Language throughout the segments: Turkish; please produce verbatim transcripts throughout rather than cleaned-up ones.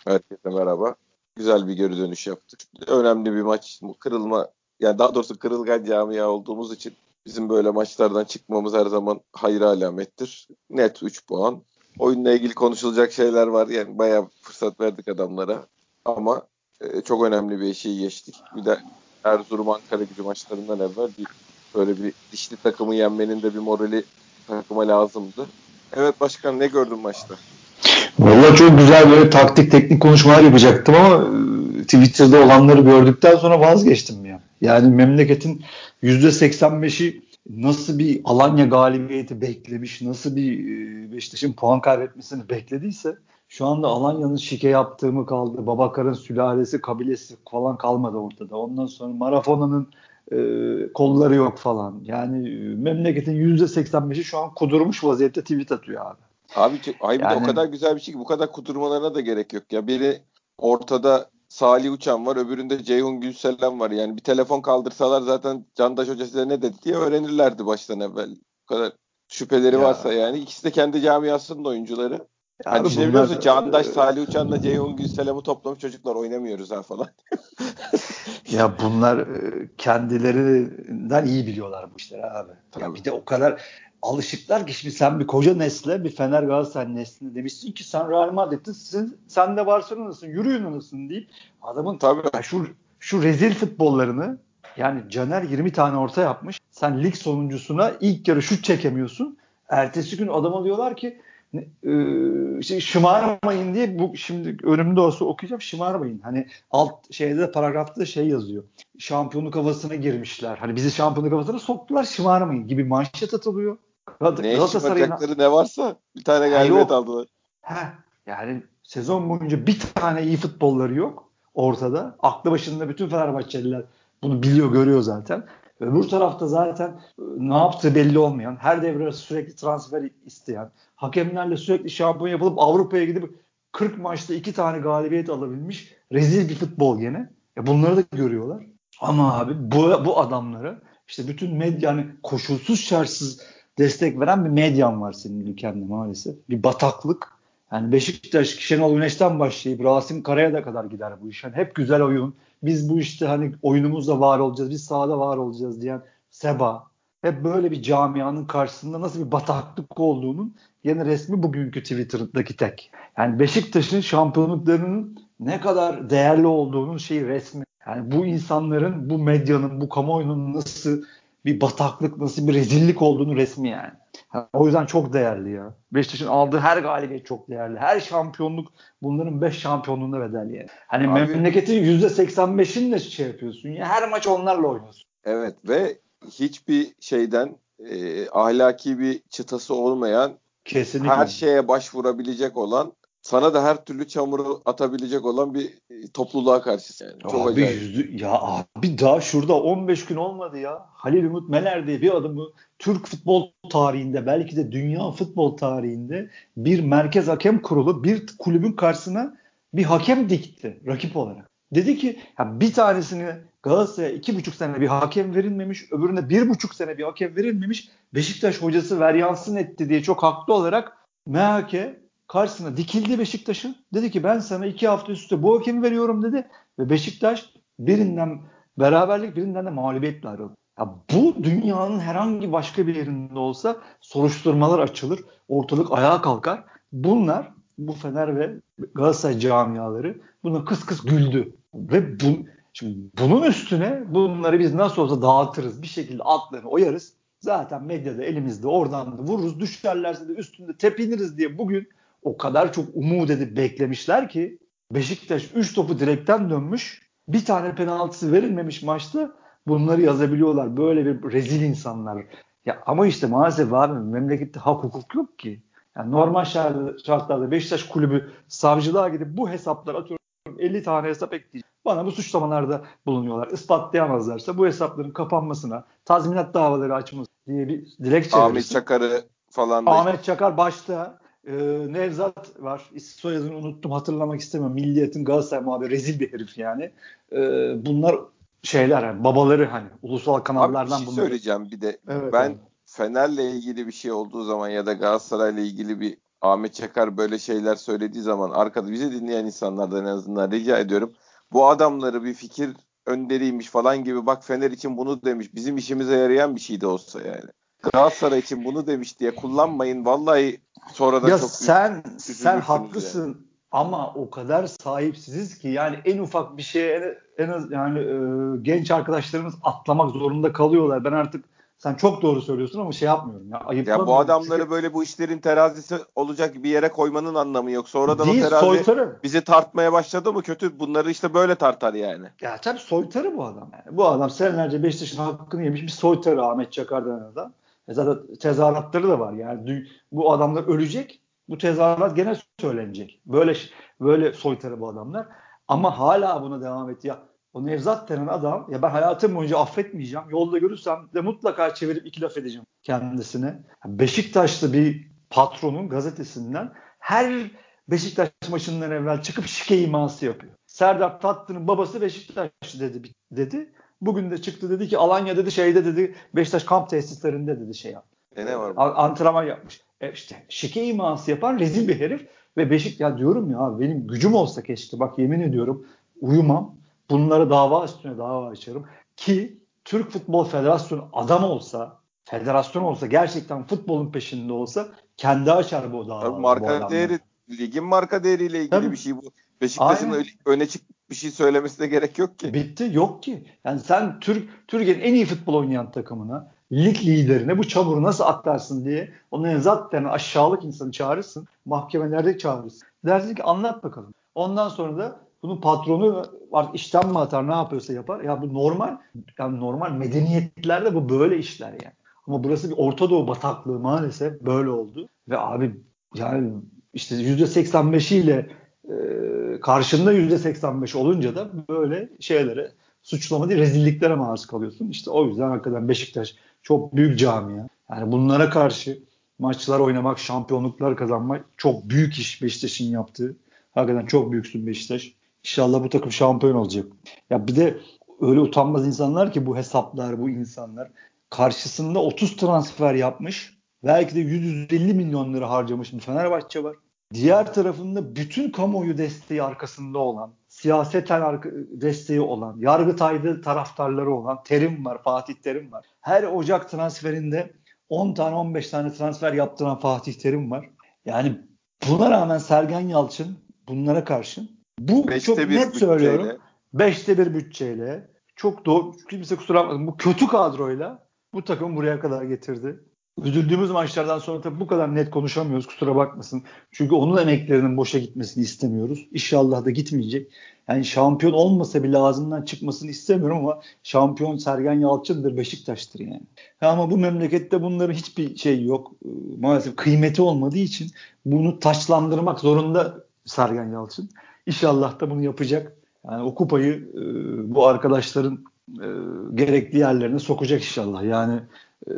Herkese merhaba. Güzel bir geri dönüş yaptık. Önemli bir maç. Kırılma, yani daha doğrusu kırılgan camia olduğumuz için bizim böyle maçlardan çıkmamız her zaman hayır alamettir. Net üç puan. Oyunla ilgili konuşulacak şeyler var. Yani bayağı fırsat verdik adamlara. Ama e, çok önemli bir şeyi geçtik. Bir de Erzurum Ankaragücü maçlarından evvel bir böyle bir dişli takımı yenmenin de bir morali takıma lazımdı. Evet başkan, ne gördün maçta? Valla çok güzel böyle taktik teknik konuşmalar yapacaktım ama e, Twitter'da olanları gördükten sonra vazgeçtim ya. Yani memleketin yüzde seksen beşi nasıl bir Alanya galibiyeti beklemiş, nasıl bir e, Beşiktaş'ın puan kaybetmesini beklediyse şu anda Alanya'nın şike yaptığı mı kaldı, Babakar'ın sülalesi, kabilesi falan kalmadı ortada. Ondan sonra Marafona'nın e, kolları yok falan. Yani e, memleketin yüzde seksen beşi şu an kudurmuş vaziyette tweet atıyor abi. Abi, ay bir de o Yani kadar güzel bir şey ki bu kadar kudurmalarına da gerek yok ya. Biri ortada Salih Uçan var, öbüründe Ceyhun Gülselam var. Yani bir telefon kaldırsalar zaten Candaş Hoca size ne dedi diye öğrenirlerdi baştan evvel. Bu kadar şüpheleri varsa ya yani. İkisi de kendi camiasının oyuncuları. Hani abi düşünebiliyor bunlar musun? Candaş, Salih Uçan'la Ceyhun Gülselam'ı toplamış, çocuklar oynamıyoruz ha falan. ya bunlar e, kendilerinden iyi biliyorlar bu işleri abi. Ya Tabii. bir de o kadar alışıklar ki şimdi sen bir koca nesle, bir Fener Galatasaray nesline demişsin ki sen Real Madrid'sin, sen de Barcelona'sın, yürüyün anasını deyip adamın Tabii. ya şu şu rezil futbollarını, yani Caner yirmi tane orta yapmış. Sen lig sonuncusuna ilk yarı şut çekemiyorsun. Ertesi gün adama diyorlar ki e, şey, şımarmayın diye, bu şimdi önümde olsa okuyacağım, şımarmayın. Hani alt şeyde de, paragrafta da şey yazıyor. Şampiyonluk havasına girmişler. Hani bizi şampiyonluk havasına soktular, şımarmayın gibi manşet atılıyor. Gal- Neye Galatasaray'ın şımaracakları ne varsa bir tane ha galibiyet yok. aldılar. Ha yani sezon boyunca bir tane iyi futbolları yok ortada. Aklı başında bütün Fenerbahçeliler bunu biliyor, görüyor zaten. Öbür tarafta zaten e, ne yaptığı belli olmayan, her devre sürekli transfer isteyen, hakemlerle sürekli şampiyon yapılıp Avrupa'ya gidip kırk maçta iki tane galibiyet alabilmiş rezil bir futbol gene. E bunları da görüyorlar. Ama abi bu, bu adamları işte bütün medya, yani koşulsuz şartsız destek veren bir medyan var senin ülkende maalesef. Bir bataklık. Yani Beşiktaş, Şenol Güneş'ten başlayıp Rasim Karaya'da kadar gider bu iş. Yani hep güzel oyun. Biz bu işte hani oyunumuzla var olacağız, biz sahada var olacağız diyen Seba. Hep böyle bir camianın karşısında nasıl bir bataklık olduğunun yeni resmi bugünkü Twitter'daki tek. Yani Beşiktaş'ın şampiyonluklarının ne kadar değerli olduğunun şeyi resmi. Yani bu insanların, bu medyanın, bu kamuoyunun nasıl bir bataklık, nasıl bir rezillik olduğunu resmi yani. Ha, o yüzden çok değerli ya. Beşiktaş'ın aldığı her galibiyet çok değerli. Her şampiyonluk bunların beş şampiyonluğuna bedelli yani. Hani Abi, memleketin yüzde seksen beşini de şey yapıyorsun ya. Her maç onlarla oynuyorsun. evet ve hiçbir şeyden e, ahlaki bir çıtası olmayan, her Kesinlikle. şeye başvurabilecek olan, sana da her türlü çamuru atabilecek olan bir e, topluluğa karşı yani. Çok Abi acayip. yüzü ya abi daha şurada on beş gün olmadı ya. Halil Umut Meler diye bir adamı Türk futbol tarihinde, belki de dünya futbol tarihinde, bir merkez hakem kurulu bir kulübün karşısına bir hakem dikti rakip olarak. Dedi ki ya bir tanesini Galatasaray'a iki buçuk sene bir hakem verilmemiş, öbürüne bir buçuk sene bir hakem verilmemiş. Beşiktaş hocası veryansın etti diye çok haklı olarak M H K karşısına dikildi Beşiktaş'ın. Dedi ki ben sana iki hafta üstte bu hakemi veriyorum dedi. Ve Beşiktaş birinden beraberlik, birinden de mağlubiyetle ayrıldı. Ya bu dünyanın herhangi başka bir yerinde olsa soruşturmalar açılır, ortalık ayağa kalkar. Bunlar, bu Fener ve Galatasaray camiaları buna kıs kıs güldü. Ve bu, şimdi bunun üstüne bunları biz nasıl olsa dağıtırız, bir şekilde altlarını oyarız. Zaten medyada elimizde, oradan da vururuz, düşerlerse de üstünde tepiniriz diye bugün o kadar çok umut edip beklemişler ki Beşiktaş üç topu direkten dönmüş. Bir tane penaltısı verilmemiş maçta bunları yazabiliyorlar. Böyle bir rezil insanlar. Ya ama işte maalesef abi memlekette hak hukuk yok ki. Yani normal şartlarda Beşiktaş kulübü savcılığa gidip bu hesaplar, atıyorum elli tane hesap ekleyecek, bana bu suçlamalarda bulunuyorlar, ispatlayamazlarsa bu hesapların kapanmasına, tazminat davaları açması diye bir dilekçe Ahmet verirsin. Çakar'ı falan da Ahmet Çakar başta, e, Nevzat var. Soyadını unuttum, hatırlamak istemiyorum. Milliyet'in Galatasaray muhabiri, rezil bir herif yani. E, bunlar şeyler yani, babaları, hani ulusal abi, bir kanallardan şey bunları. söyleyeceğim bir de. Evet Ben abi. Fener'le ilgili bir şey olduğu zaman ya da Galatasaray'la ilgili bir Ahmet Çakar böyle şeyler söylediği zaman arkada bizi dinleyen insanlardan en azından rica ediyorum. Bu adamları bir fikir önderiymiş falan gibi, bak Fener için bunu demiş, bizim işimize yarayan bir şey de olsa yani. Galatasaray için bunu demiş diye kullanmayın. Vallahi sonradan Ya çok üz- sen sen üzülürsünüz yani. haklısın ama o kadar sahipsiziz ki yani en ufak bir şeye en az yani e, genç arkadaşlarımız atlamak zorunda kalıyorlar. Ben artık sen çok doğru söylüyorsun ama şey yapmıyorum ya Ya bu ayıplamıyorum. adamları Çünkü böyle bu işlerin terazisi olacak bir yere koymanın anlamı yok. Sonradan o değil terazi soytarı. bizi tartmaya başladı mı kötü. Bunları işte böyle tartar yani. Ya tabii soytarı bu adam yani. Bu adam senelerce Beşiktaş'ın hakkını yemiş bir soytarı Ahmet Çakar denen adam. E zaten tezahüratları da var yani. Dü- Bu adamlar ölecek. Bu tezahürat gene söylenecek. Böyle böyle soytarı bu adamlar. Ama hala buna devam etti. Ya o Nevzat denen adam ya ben hayatım boyunca affetmeyeceğim. Yolda görürsem de mutlaka çevirip iki laf edeceğim kendisine. Beşiktaşlı bir patronun gazetesinden her Beşiktaş maçından evvel çıkıp şike iması yapıyor. Serdar Tatlı'nın babası Beşiktaşlı dedi dedi. Bugün de çıktı dedi ki Alanya dedi şeyde dedi Beşiktaş kamp tesislerinde dedi şey yaptı. E E, ne var bunda? antrenman yapmış. E işte şike iması yapan rezil bir herif ve Beşik ya diyorum ya benim gücüm olsa keşke bak yemin ediyorum uyumam. Bunları dava üstüne dava açarım ki Türk Futbol Federasyonu adam olsa federasyon olsa gerçekten futbolun peşinde olsa kendi açar bu Tabii davaları bu marka adamlar. değeri, ligin marka değeriyle ilgili Tabii. bir şey bu. Beşiktaş'ın Aynen. öyle öne çıkıp bir şey söylemesine gerek yok ki. Bitti yok ki. Yani sen Türk Türkiye'nin en iyi futbol oynayan takımına, lig liderine bu çamuru nasıl atlarsın diye onların zaten aşağılık insanı çağırırsın. Mahkemelerde çağırırsın. Dersin ki anlat bakalım. Ondan sonra da bunun patronu var işten mi atar ne yapıyorsa yapar. Ya bu normal yani normal medeniyetlerde bu böyle işler yani. Ama burası bir Orta Doğu bataklığı maalesef böyle oldu. Ve abi yani işte yüzde seksen beşiyle e, karşında yüzde seksen beş olunca da böyle şeylere suçlama değil rezilliklere maruz kalıyorsun. İşte o yüzden hakikaten Beşiktaş çok büyük camia. Yani bunlara karşı maçlar oynamak, şampiyonluklar kazanmak çok büyük iş Beşiktaş'ın yaptığı. Hakikaten çok büyüksün Beşiktaş. İnşallah bu takım şampiyon olacak. Ya bir de öyle utanmaz insanlar ki bu hesaplar, bu insanlar karşısında otuz transfer yapmış. Belki de yüz yüz elli milyon lira harcamış bir Fenerbahçe var. Diğer tarafında bütün kamuoyu desteği arkasında olan, siyaseten arka, desteği olan, Yargıtay'da taraftarları olan Terim var, Fatih Terim var. Her Ocak transferinde on tane on beş tane transfer yaptıran Fatih Terim var. Yani buna rağmen Sergen Yalçın bunlara karşın bu çok Beşte bir net söylüyorum. bütçeyle. Beşte bir bütçeyle çok doğru kimse kusura bakmasın bu kötü kadroyla bu takım buraya kadar getirdi. Üzüldüğümüz maçlardan sonra tabii bu kadar net konuşamıyoruz kusura bakmasın. Çünkü onun emeklerinin boşa gitmesini istemiyoruz. İnşallah da gitmeyecek. Yani şampiyon olmasa bile ağzından çıkmasını istemiyorum ama şampiyon Sergen Yalçın'dır, Beşiktaş'tır yani. Ama bu memlekette bunların hiçbir şey yok. Maalesef kıymeti olmadığı için bunu taçlandırmak zorunda Sergen Yalçın. İnşallah da bunu yapacak. Yani o kupayı e, bu arkadaşların e, gerekli yerlerine sokacak inşallah. Yani e,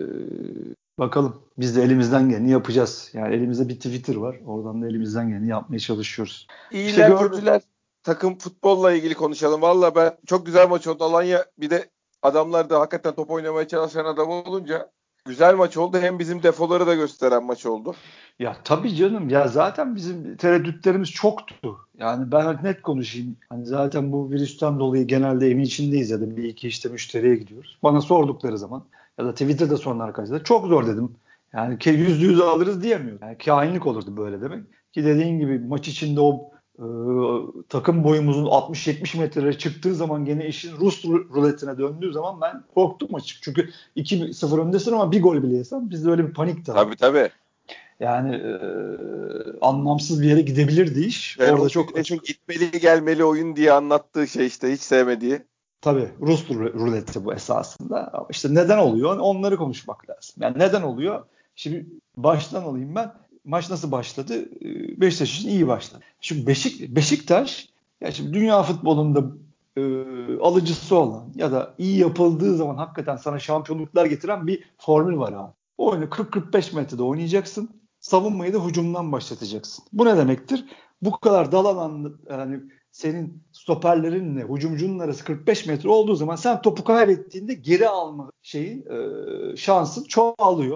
bakalım biz de elimizden geleni yapacağız. Yani elimizde bir Twitter var. Oradan da elimizden geleni yapmaya çalışıyoruz. İşte İyiler gördüm. kötüler. Takım futbolla ilgili konuşalım. Valla ben çok güzel maç oldu. Alanya bir de adamlar da hakikaten top oynamaya çalışan adam olunca güzel maç oldu. Hem bizim defoları da gösteren maç oldu. Ya tabii canım ya zaten bizim tereddütlerimiz çoktu. Yani ben net konuşayım. Hani zaten bu virüsten dolayı genelde evin içindeyiz ya da bir iki işte müşteriye gidiyoruz. Bana sordukları zaman ya da Twitter'da soran arkadaşlar çok zor dedim. Yani ki yüzde yüz alırız diyemiyorum. Yani kainlik olurdu böyle demek. Ki dediğin gibi maç içinde o e, takım boyumuzun altmış yetmiş metrelere çıktığı zaman gene işin Rus ruletine döndüğü zaman ben korktum açık. Çünkü iki sıfır öndesin ama bir gol bile yesen bizde öyle bir panik de var. Tabii tabii. Yani e, anlamsız bir yere gidebilirdi iş. Şenol Orada çok Güneş'in açık. gitmeli gelmeli oyun diye anlattığı şey işte hiç sevmediği. Tabii Rus ruleti bu esasında. Ama işte neden oluyor? Onları konuşmak lazım. Yani neden oluyor? Şimdi baştan alayım ben. Maç nasıl başladı? E, Beşiktaş için iyi başladı. Şimdi Beşik, Beşiktaş ya şimdi dünya futbolunda e, alıcısı olan ya da iyi yapıldığı zaman hakikaten sana şampiyonluklar getiren bir formül var abi. O oyunu kırk kırk beş metrede oynayacaksın. Savunmayı da hücumdan başlatacaksın. Bu ne demektir? Bu kadar dal alan yani senin stoperlerinle hücumcunun arası kırk beş metre olduğu zaman sen topu kaybettiğinde geri alma şeyi e, şansın çoğalıyor.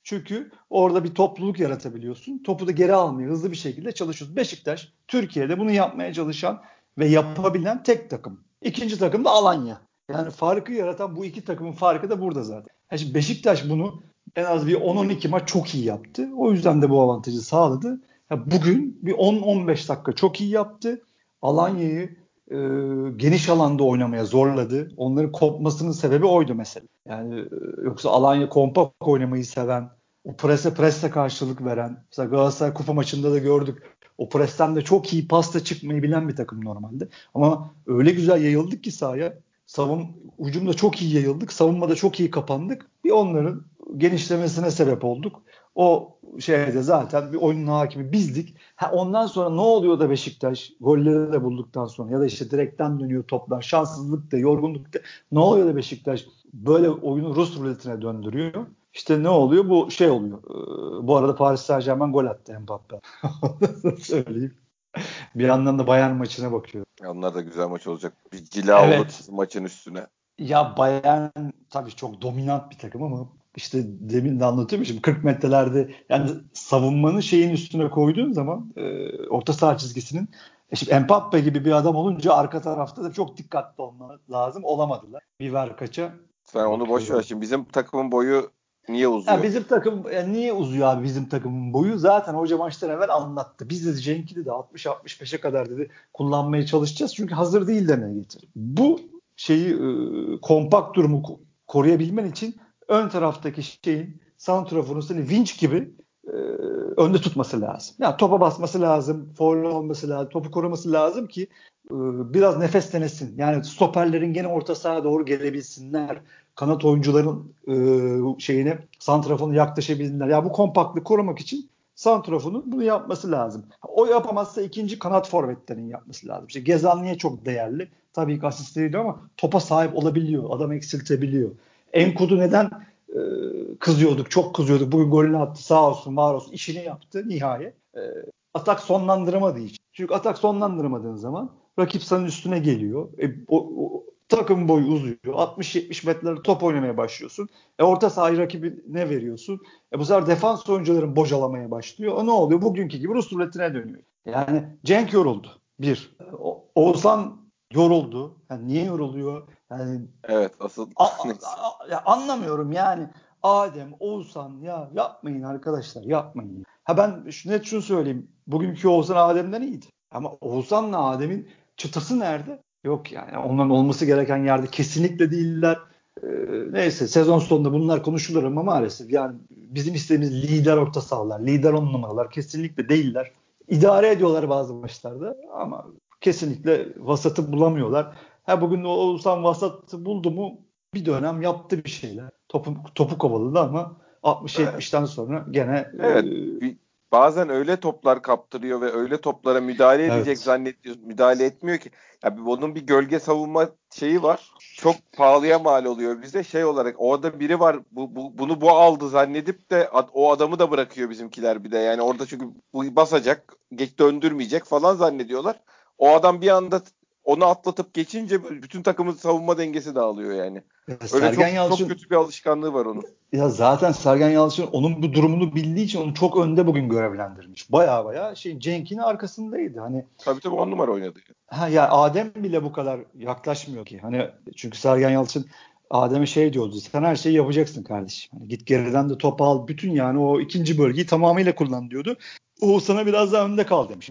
Çünkü orada bir topluluk yaratabiliyorsun. Topu da geri almaya hızlı bir şekilde çalışıyorsun. Beşiktaş Türkiye'de bunu yapmaya çalışan ve yapabilen tek takım. İkinci takım da Alanya. Yani farkı yaratan bu iki takımın farkı da burada zaten. Yani şimdi Beşiktaş bunu en az bir on on iki maç çok iyi yaptı. O yüzden de bu avantajı sağladı. Ya bugün bir on on beş dakika çok iyi yaptı. Alanya'yı e, geniş alanda oynamaya zorladı. Onların kopmasının sebebi oydu mesela. Yani e, yoksa Alanya kompakt oynamayı seven, o prese presle karşılık veren. Mesela Galatasaray Kupa maçında da gördük. O presten de çok iyi pasta çıkmayı bilen bir takım normalde. Ama öyle güzel yayıldık ki sahaya. Savun, hücumda çok iyi yayıldık. Savunmada çok iyi kapandık. Bir onların genişlemesine sebep olduk. O şeyde zaten bir oyunun hakimi bizdik. Ha, ondan sonra ne oluyor da Beşiktaş golleri de bulduktan sonra ya da işte direkten dönüyor toplar. Şanssızlık da, yorgunluk da. Ne oluyor da Beşiktaş böyle oyunu Rus ruletine döndürüyor? İşte ne oluyor? Bu şey oluyor. Ee, bu arada Paris Saint-Germain gol attı Mbappe. Söyleyeyim. Bir yandan da Bayern maçına bakıyorum. Onlar da güzel maç olacak. Bir cila olur Evet. maçın üstüne. Ya Bayern tabii çok dominant bir takım ama işte demin de anlatıyorum şimdi kırk metrelerde yani savunmanın şeyin üstüne koyduğun zaman e, orta saha çizgisinin e şimdi Mbappe gibi bir adam olunca arka tarafta da çok dikkatli olmaları lazım. Olamadılar. Bir ver kaça Sen onu boş ver. bakıyorum. Şimdi bizim takımın boyu niye Ya uzuyor? bizim takım yani niye uzuyor abi bizim takımın boyu? Zaten hoca maçtan evvel anlattı. Biz dedi Cenk'i de altmış altmış beşe kadar dedi kullanmaya çalışacağız. Çünkü hazır değil demeye getir. Bu şeyi e, kompakt durumu ko- koruyabilmen için ön taraftaki şeyin santraforun seni vinç gibi e, önde tutması lazım. Yani topa basması lazım, faul olması lazım, topu koruması lazım ki e, biraz nefeslenesin. Yani stoperlerin gene orta sahaya doğru gelebilsinler. Kanat oyuncuların e, şeyine santrafonu yaklaşabilsinler. Ya bu kompaktlığı korumak için santrafonun bunu yapması lazım. O yapamazsa ikinci kanat forvetlerin yapması lazım. İşte Gezal niye çok değerli? Tabii ki asistleriyle ama topa sahip olabiliyor. Adam eksiltebiliyor. Enkudu neden e, kızıyorduk, çok kızıyorduk. Bugün golünü attı sağ olsun, var olsun. İşini yaptı nihayet. E, atak sonlandıramadığı için. Çünkü atak sonlandıramadığın zaman rakip senin üstüne geliyor. E, o, o, takım boyu uzuyor. altmış yetmiş metrelerde top oynamaya başlıyorsun. E, orta sahayı rakibine veriyorsun. E, bu sefer defans oyuncuların bocalamaya başlıyor. O ne oluyor? Bugünkü gibi Rus ruletine dönüyor. Yani Cenk yoruldu. Bir. O, Oğuzhan yoruldu. Yani niye yoruluyor? Yani Evet, asıl a, a, a, ya anlamıyorum yani. Adem, Oğuzhan ya yapmayın arkadaşlar yapmayın. Ha ben şu, net şunu söyleyeyim. Bugünkü Oğuzhan Adem'den iyiydi. Ama Oğuzhan'la Adem'in çıtası nerede? Yok yani. Onların olması gereken yerde kesinlikle değiller. Ee, neyse sezon sonunda bunlar konuşulur ama maalesef yani bizim istediğimiz lider orta sahalar, lider on numaralar kesinlikle değiller. İdare ediyorlar bazı maçlarda ama kesinlikle vasatı bulamıyorlar. Ha bugün o Oğuzhan vasatı buldu mu bir dönem yaptı bir şeyler. Topu, topu kovaladı ama altmış yetmişten sonra gene e, evet, bir, bazen öyle toplar kaptırıyor ve öyle toplara müdahale edecek evet. zannediyor, müdahale etmiyor ki. Ya bir- bunun bir gölge savunma şeyi var. Çok pahalıya mal oluyor bize şey olarak. Orada biri var. Bu, bu bunu bu aldı zannedip de ad- o adamı da bırakıyor bizimkiler bir de. Yani orada çünkü bu basacak, geç döndürmeyecek falan zannediyorlar. O adam bir anda onu atlatıp geçince bütün takımın savunma dengesi dağılıyor yani. Ya Öyle Sergen çok çok Yalçın kötü bir alışkanlığı var onun. ya zaten Sergen Yalçın onun bu durumunu bildiği için onu çok önde bugün görevlendirmiş. Baya baya şey Cenk'in arkasındaydı. Hani Tabii tabii on numara oynadı. ha ya Adem bile bu kadar yaklaşmıyor ki. Hani çünkü Sergen Yalçın Adem'e şey diyordu. Sen her şeyi yapacaksın kardeşim. Hani git geriden de topu al. Bütün yani o ikinci bölgeyi tamamıyla kullan diyordu. O sana biraz daha önde kal demiş. Ee,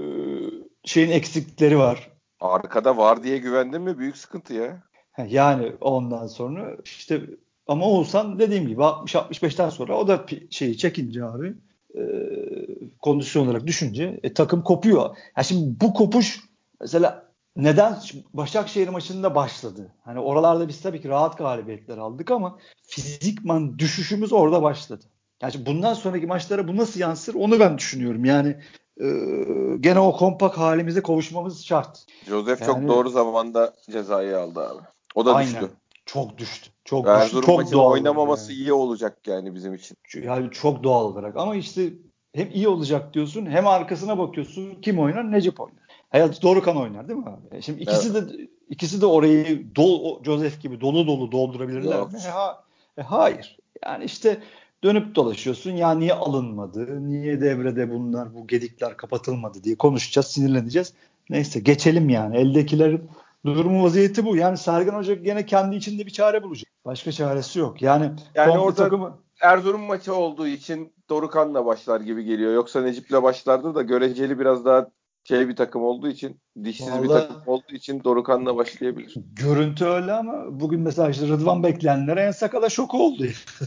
şeyin eksikleri var. Arkada var diye güvendin mi büyük sıkıntı ya. Ha, yani ondan sonra işte ama Oğuzhan dediğim gibi altmış altmış beşten sonra o da pi- şeyi çekince abi e, kondisyon olarak düşünce e, takım kopuyor. Ya şimdi bu kopuş mesela neden Başakşehir maçında başladı? Hani oralarda biz tabii ki rahat galibiyetler aldık ama fizikman düşüşümüz orada başladı. Yani şimdi bundan sonraki maçlara bu nasıl yansır onu ben düşünüyorum. Yani e, gene o kompak halimize kavuşmamız şart. Joseph çok Yani doğru zamanda cezayı aldı abi. O da aynen. düştü. Çok düştü. Çok düştü. Erzurum Çok maçını doğal oynamaması yani. iyi olacak yani bizim için. Yani çok doğal olarak. Ama işte hem iyi olacak diyorsun hem arkasına bakıyorsun. Kim oynar? Necip oynar. Hayat Dorukhan oynar değil mi abi? E Şimdi ikisi Evet. de ikisi de orayı dol, Joseph gibi dolu dolu doldurabilirler Yok. mi? E, ha, e, hayır. Yani işte dönüp dolaşıyorsun. Ya niye alınmadı? Niye devrede bunlar, bu gedikler kapatılmadı diye konuşacağız, sinirleneceğiz. Neyse geçelim yani. Eldekilerin durumu, vaziyeti bu. Yani Sergen Hoca gene kendi içinde bir çare bulacak. Başka çaresi yok. Yani Yani komple orada takımı. Erzurum maçı olduğu için Dorukhan'la başlar gibi geliyor. Yoksa Necip'le başlardı da göreceli biraz daha şey bir takım olduğu için, dişsiz bir Vallahi takım olduğu için Dorukhan'la başlayabilir. görüntü öyle ama bugün mesela işte Rıdvan bekleyenlere en sakala şok oldu.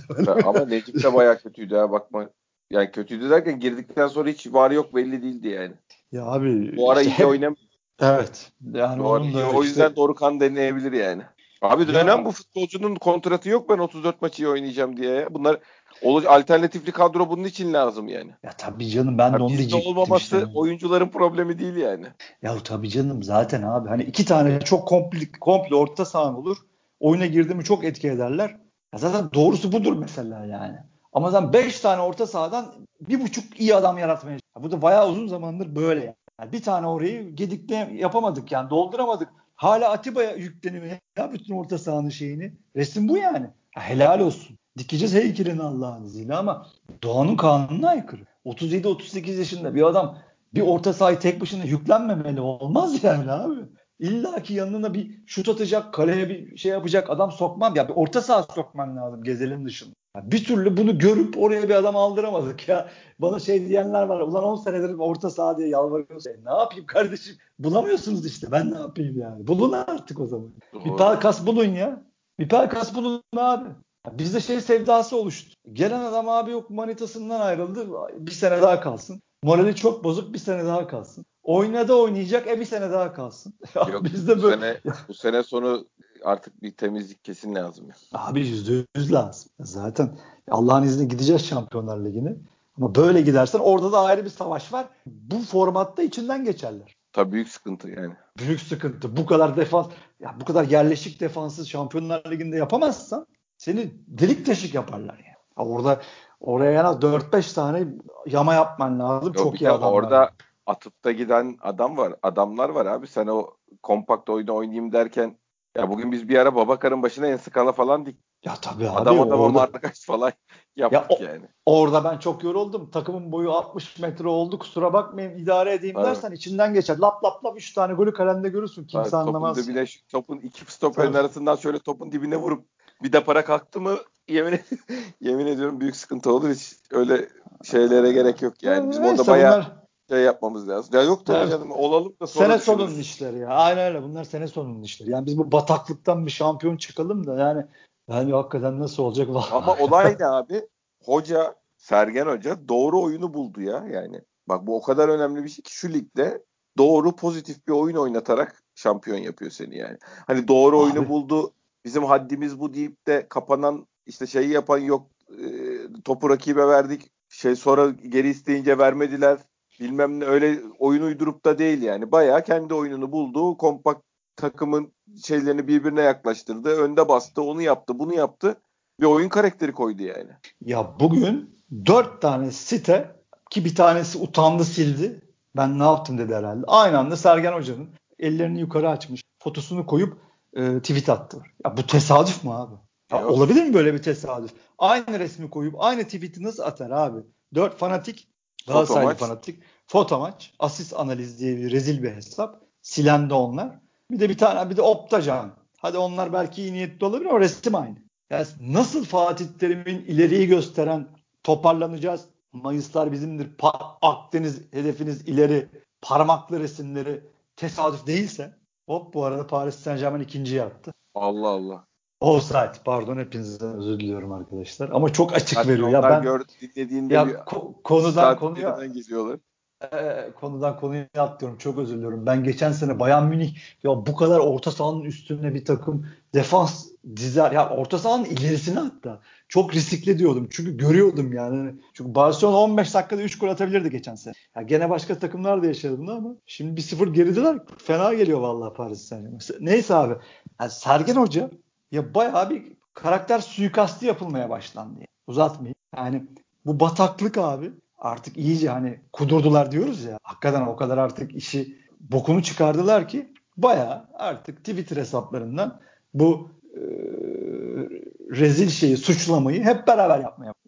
Ama Necip de bayağı kötüydü ha, bakma. Yani kötüydü derken girdikten sonra hiç var yok belli değildi yani. Ya abi Bu ara işte iyi hep oynamıyor. evet. Yani Bu ara onun iyi. da O yüzden işte Dorukhan deneyebilir yani. Abi dönem bu ya futbolcunun kontratı yok, ben otuz dört maçı iyi oynayacağım diye. Ya. Bunlar ol- alternatifli kadro bunun için lazım yani. ya tabii canım, ben de Ya onu bizde diyecektim işte. olmaması oyuncuların problemi değil yani. Ya tabii canım, zaten abi hani iki tane çok komple, komple orta sahan olur. Oyuna girdi mi çok etki ederler. Ya zaten doğrusu budur mesela yani. Ama sen beş tane orta sahadan bir buçuk iyi adam yaratmaya. Ya bu da bayağı uzun zamandır böyle yani. Yani bir tane orayı Gedik'te yapamadık yani, dolduramadık. Hala Atiba'ya yükleniyor ya bütün orta sahanın şeyini. Resim bu yani. Ya helal olsun. Dikeceğiz heykelini Allah'ın izniyle ama doğanın kanununa aykırı. otuz yedi otuz sekiz yaşında bir adam bir orta sahayı tek başına yüklenmemeli, olmaz yani abi. İlla ki yanına bir şut atacak, kaleye bir şey yapacak adam sokmam. Ya bir orta saha sokman lazım Gezel'in dışında. Ya bir türlü bunu görüp oraya bir adam aldıramadık ya. Bana şey diyenler var. Ulan on senedir orta saha diye yalvarıyorsun. E, ne yapayım kardeşim? Bulamıyorsunuz işte. Ben ne yapayım yani? Bulun artık o zaman. Bir Doğru. Pelkas bulun ya. Bir Pelkas bulun abi. Ya bizde şey sevdası oluştu. Gelen adam abi yok manitasından ayrıldı. Bir sene daha kalsın. Morali çok bozuk, bir sene daha kalsın. Oynadı oynayacak, e bir sene daha kalsın. Yok, bu Bizde böyle sene bu sene sonu artık bir temizlik kesin lazım ya. abi yüzde yüz lazım. Zaten Allah'ın izniyle gideceğiz Şampiyonlar Ligi'ne. Ama böyle gidersen orada da ayrı bir savaş var. Bu formatta içinden geçerler. Tabii büyük sıkıntı yani. Büyük sıkıntı. Bu kadar defans, ya bu kadar yerleşik defansı Şampiyonlar Ligi'nde yapamazsan seni delik deşik yaparlar yani. Ya orada oraya en az dört beş tane yama yapman lazım. Yo, Çok bir iyi de adamlarla. orada atıp da giden adam var. Adamlar var abi. Sen o kompakt oyunu oynayayım derken, ya bugün biz bir ara Babakar'ın başına en skala falan dik. Ya tabii Adam abi adama orada markaj falan ya yaptık o- yani. orada ben çok yoruldum. Takımın boyu altmış metre oldu. Kusura bakmayın, idare edeyim Tabii. dersen içinden geçer. Lap lap lap üç tane golü kalende görürsün. Kimse Tabii, topun anlamaz yani. dibine, şu topun iki stoperin Tabii. arasından şöyle topun dibine vurup bir de para kalktı mı, yemin yemin ediyorum büyük sıkıntı olur. Hiç öyle şeylere gerek yok yani. Bizim orada Neyse bayağı bunlar şey yapmamız lazım. Ya yok tabii evet, canım, olalım da sonra sene sonunun düşünürüz. işleri ya. Aynen öyle. Bunlar sene sonunun işleri. Yani biz bu bataklıktan bir şampiyon çıkalım da yani yani hakikaten nasıl olacak Ama vallahi. olay ne abi? Hoca, Sergen Hoca doğru oyunu buldu ya yani. Bak bu o kadar önemli bir şey ki şu ligde doğru pozitif bir oyun oynatarak şampiyon yapıyor seni yani. Hani doğru oyunu Abi buldu. Bizim haddimiz bu deyip de kapanan, işte şeyi yapan yok. E, topu rakibe verdik. Şey sonra geri isteyince vermediler. Bilmem ne, öyle oyun uydurup da değil yani. Bayağı kendi oyununu buldu. Kompakt takımın şeylerini birbirine yaklaştırdı. Önde bastı, onu yaptı, bunu yaptı. Bir oyun karakteri koydu yani. ya bugün dört tane site, ki bir tanesi utandı sildi. Ben ne yaptım dedi herhalde. Aynı anda Sergen Hoca'nın ellerini yukarı açmış, fotosunu koyup e, tweet attı. Ya bu tesadüf mü abi? Ya Yok. olabilir mi böyle bir tesadüf? Aynı resmi koyup aynı tweet'i nasıl atar abi? Dört fanatik, Foto Galatasaraylı maç. fanatik, foto maç, asist analiz diye bir rezil bir hesap. Silendi onlar. Bir de bir tane, bir de Optacan. Hadi onlar belki iyi niyetli olabilir ama resim aynı. Yani nasıl Fatih Terim'in ileriyi gösteren, toparlanacağız, Mayıslar bizimdir, Pa- Akdeniz hedefiniz ileri, parmaklı resimleri tesadüf değilse, hop bu arada Paris Saint-Germain ikinciyi attı. Allah Allah. Offside, pardon, hepinizden özür diliyorum arkadaşlar. Ama çok açık Zaten veriyor. Ya onlar ben gör, dinlediğinde ya bir ko- konudan saat konuya geriden geliyorlar. e, konudan konuya atlıyorum. Çok özür diliyorum. Ben geçen sene Bayern Münih, ya bu kadar orta sahanın üstüne bir takım defans dizer. Ya orta sahanın ilerisine hatta. Çok riskli diyordum. Çünkü görüyordum yani. Çünkü Barcelona on beş dakikada üç gol atabilirdi geçen sene. Ya gene başka takımlar da yaşadı bunu ama şimdi bir sıfır gerideler. Fena geliyor vallahi Paris Saint-Germain. Neyse abi. Yani Sergen Hoca ya bayağı bir karakter suikastı yapılmaya başlandı. Yani. Uzatmayayım. Yani bu bataklık abi artık iyice hani kudurdular diyoruz ya. Hakikaten o kadar artık işi bokunu çıkardılar ki bayağı artık Twitter hesaplarından bu e, rezil şeyi, suçlamayı hep beraber yapmaya.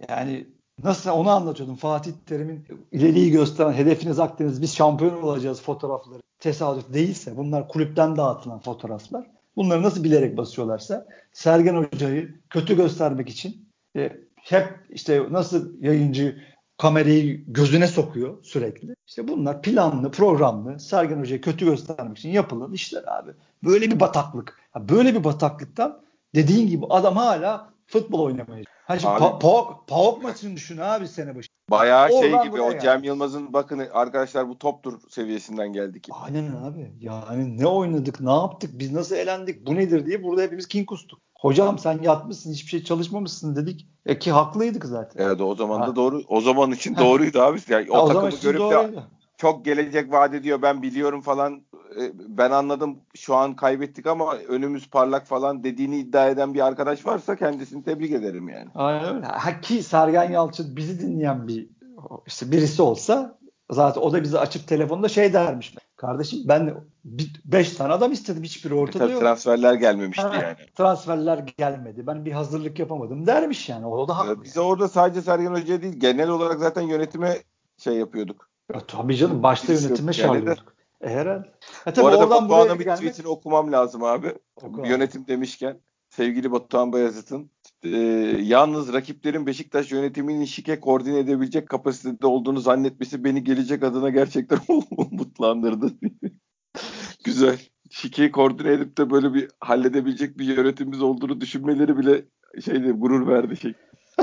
Yani nasıl onu anlatıyordum. Fatih Terim'in ileriyi gösteren hedefiniz Akdeniz biz şampiyon olacağız fotoğrafları tesadüf değilse bunlar kulüpten dağıtılan fotoğraflar. Bunları nasıl bilerek basıyorlarsa Sergen Hoca'yı kötü göstermek için e, hep işte nasıl yayıncı kamerayı gözüne sokuyor sürekli. İşte bunlar planlı, programlı Sergen Hoca'yı kötü göstermek için yapılan işler abi. Böyle bir bataklık. Böyle bir bataklıktan dediğin gibi adam hala futbol oynamaya. Ha şimdi Abi pa- PAOK, PAOK maçını düşün abi sene başı. bayağı şey Oradan gibi buraya o Cem geldi. Yılmaz'ın bakın arkadaşlar bu toptur seviyesinden geldik. Aynen abi. Yani ne oynadık, ne yaptık, biz nasıl elendik, bu nedir diye burada hepimiz kin kustuk. Hocam sen yatmışsın, hiçbir şey çalışmamışsın dedik. E ki haklıydık zaten. Evet o zaman da Ha. doğru. O zaman için Heh. doğruydu abi. Yani Ha, o o zaman takımı için görüp de doğruydu. çok gelecek vaat ediyor ben biliyorum falan. E, Ben anladım şu an kaybettik ama önümüz parlak falan dediğini iddia eden bir arkadaş varsa kendisini tebrik ederim yani. Aynen öyle. Ha, ki Sergen Yalçın bizi dinleyen bir işte birisi olsa zaten o da bizi açıp telefonda şey dermiş. Kardeşim ben beş tane adam istedim hiçbiri E ortada tabii yok. transferler gelmemişti Ha, yani. transferler gelmedi. Ben bir hazırlık yapamadım dermiş yani. O da E, haklı Biz yani. orada sadece Sergen Hoca değil genel olarak zaten yönetime şey yapıyorduk. Ya, tabii canım başta yönetime Girişiyorduk yani de. şarlıyorduk. E, herhalde. E Bu tabii arada oradan buraya Batuhan'ın bir gelmek tweetini okumam lazım abi. oku abi. Yönetim demişken sevgili Batuhan Bayazıt'ın e, yalnız rakiplerin Beşiktaş yönetiminin şike koordine edebilecek kapasitede olduğunu zannetmesi beni gelecek adına gerçekten umutlandırdı. Güzel. Şikeyi koordine edip de böyle bir halledebilecek bir yönetimimiz olduğunu düşünmeleri bile şeyde gurur verdi şey.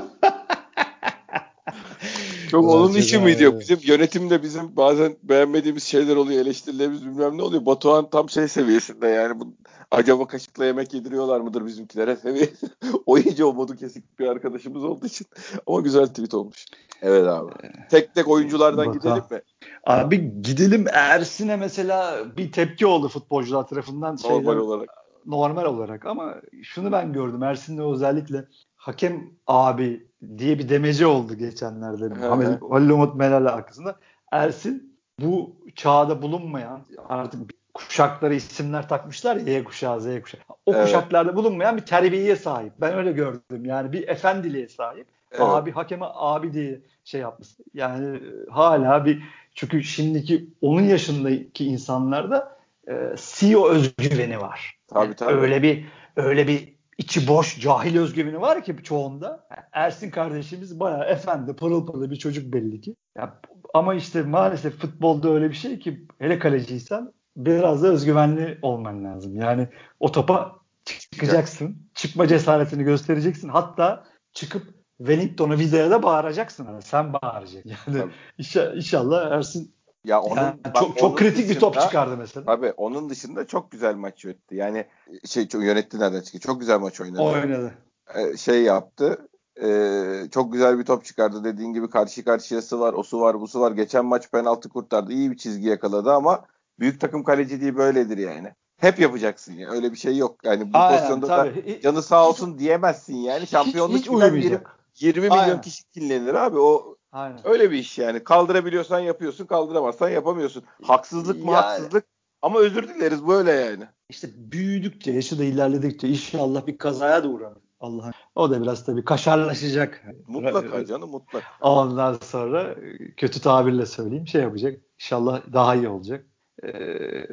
Çok Ulan onun çok işi miydi yok. abi. Bizim yönetimde bizim bazen beğenmediğimiz şeyler oluyor, eleştirilerimiz bilmem ne oluyor. Batuhan tam şey seviyesinde yani bu acaba kaşıkla yemek yediriyorlar mıdır bizimkilere seviyesi. O iyice o modu kesik bir arkadaşımız olduğu için. Ama güzel tweet olmuş. Evet abi. Tek tek oyunculardan gidelim Batuhan. mi? Abi gidelim Ersin'e mesela bir tepki oldu futbolcular tarafından Normal şeyler olarak. normal olarak ama şunu ben gördüm Ersin'le özellikle hakem abi diye bir demeci oldu geçenlerde Hı Halil, hı. Halil Umut Meral arkasında. Ersin bu çağda bulunmayan artık kuşaklara isimler takmışlar ya Y kuşağı Z kuşağı. O Evet. kuşaklarda bulunmayan bir terbiyeye sahip. Ben öyle gördüm. Yani bir efendiliğe sahip. Evet. Abi hakeme abi diye şey yapmış. Yani e, hala bir çünkü şimdiki onun yaşındaki insanlarda e, C E O özgüveni var. Yani Tabii tabii. öyle bir öyle bir içi boş cahil özgüveni var ki çoğunda. Ersin kardeşimiz bayağı efendi, pırıl pırıl bir çocuk belli ki. Ya, ama işte maalesef futbolda öyle bir şey ki hele kaleciysen biraz da özgüvenli olman lazım. Yani o topa Çıkacaksın. çıkacaksın. Çıkma cesaretini göstereceksin. Hatta çıkıp Wellington'a Vida'ya da bağıracaksın. Yani sen bağıracaksın. Yani Tabii. inşa- inşallah Ersin Ya yani onun bak çok çok onun kritik bir top dışında çıkardı mesela. tabii onun dışında çok güzel maç yönetti. Yani şey çok yönetti nereden çıktı? Çok güzel maç oynadı. Oynadı. Ee, şey yaptı. Ee, çok güzel bir top çıkardı. Dediğin gibi karşı karşıyası var, o su var, bu su var. Geçen maç penaltı kurtardı. İyi bir çizgi yakaladı ama büyük takım kaleciliği böyledir yani. Hep yapacaksın ya. Öyle bir şey yok. Yani bu Aynen pozisyonda da tabii. canı sağ Hiç olsun diyemezsin yani. hiç Şampiyonluk hiç gider yirmi, uyumayacak. yirmi milyon Aynen. kişi dinlenir abi. O Aynen. öyle bir iş yani. Kaldırabiliyorsan yapıyorsun, kaldıramazsan yapamıyorsun. Haksızlık mı Yani haksızlık ama özür dileriz böyle yani. işte büyüdükçe, yaşı da ilerledikçe inşallah bir kazaya da uğrar. Allah'ın. O da biraz tabii kaşarlaşacak. Mutlaka canım mutlaka. Ondan sonra kötü tabirle söyleyeyim şey yapacak. İnşallah daha iyi olacak. Ee,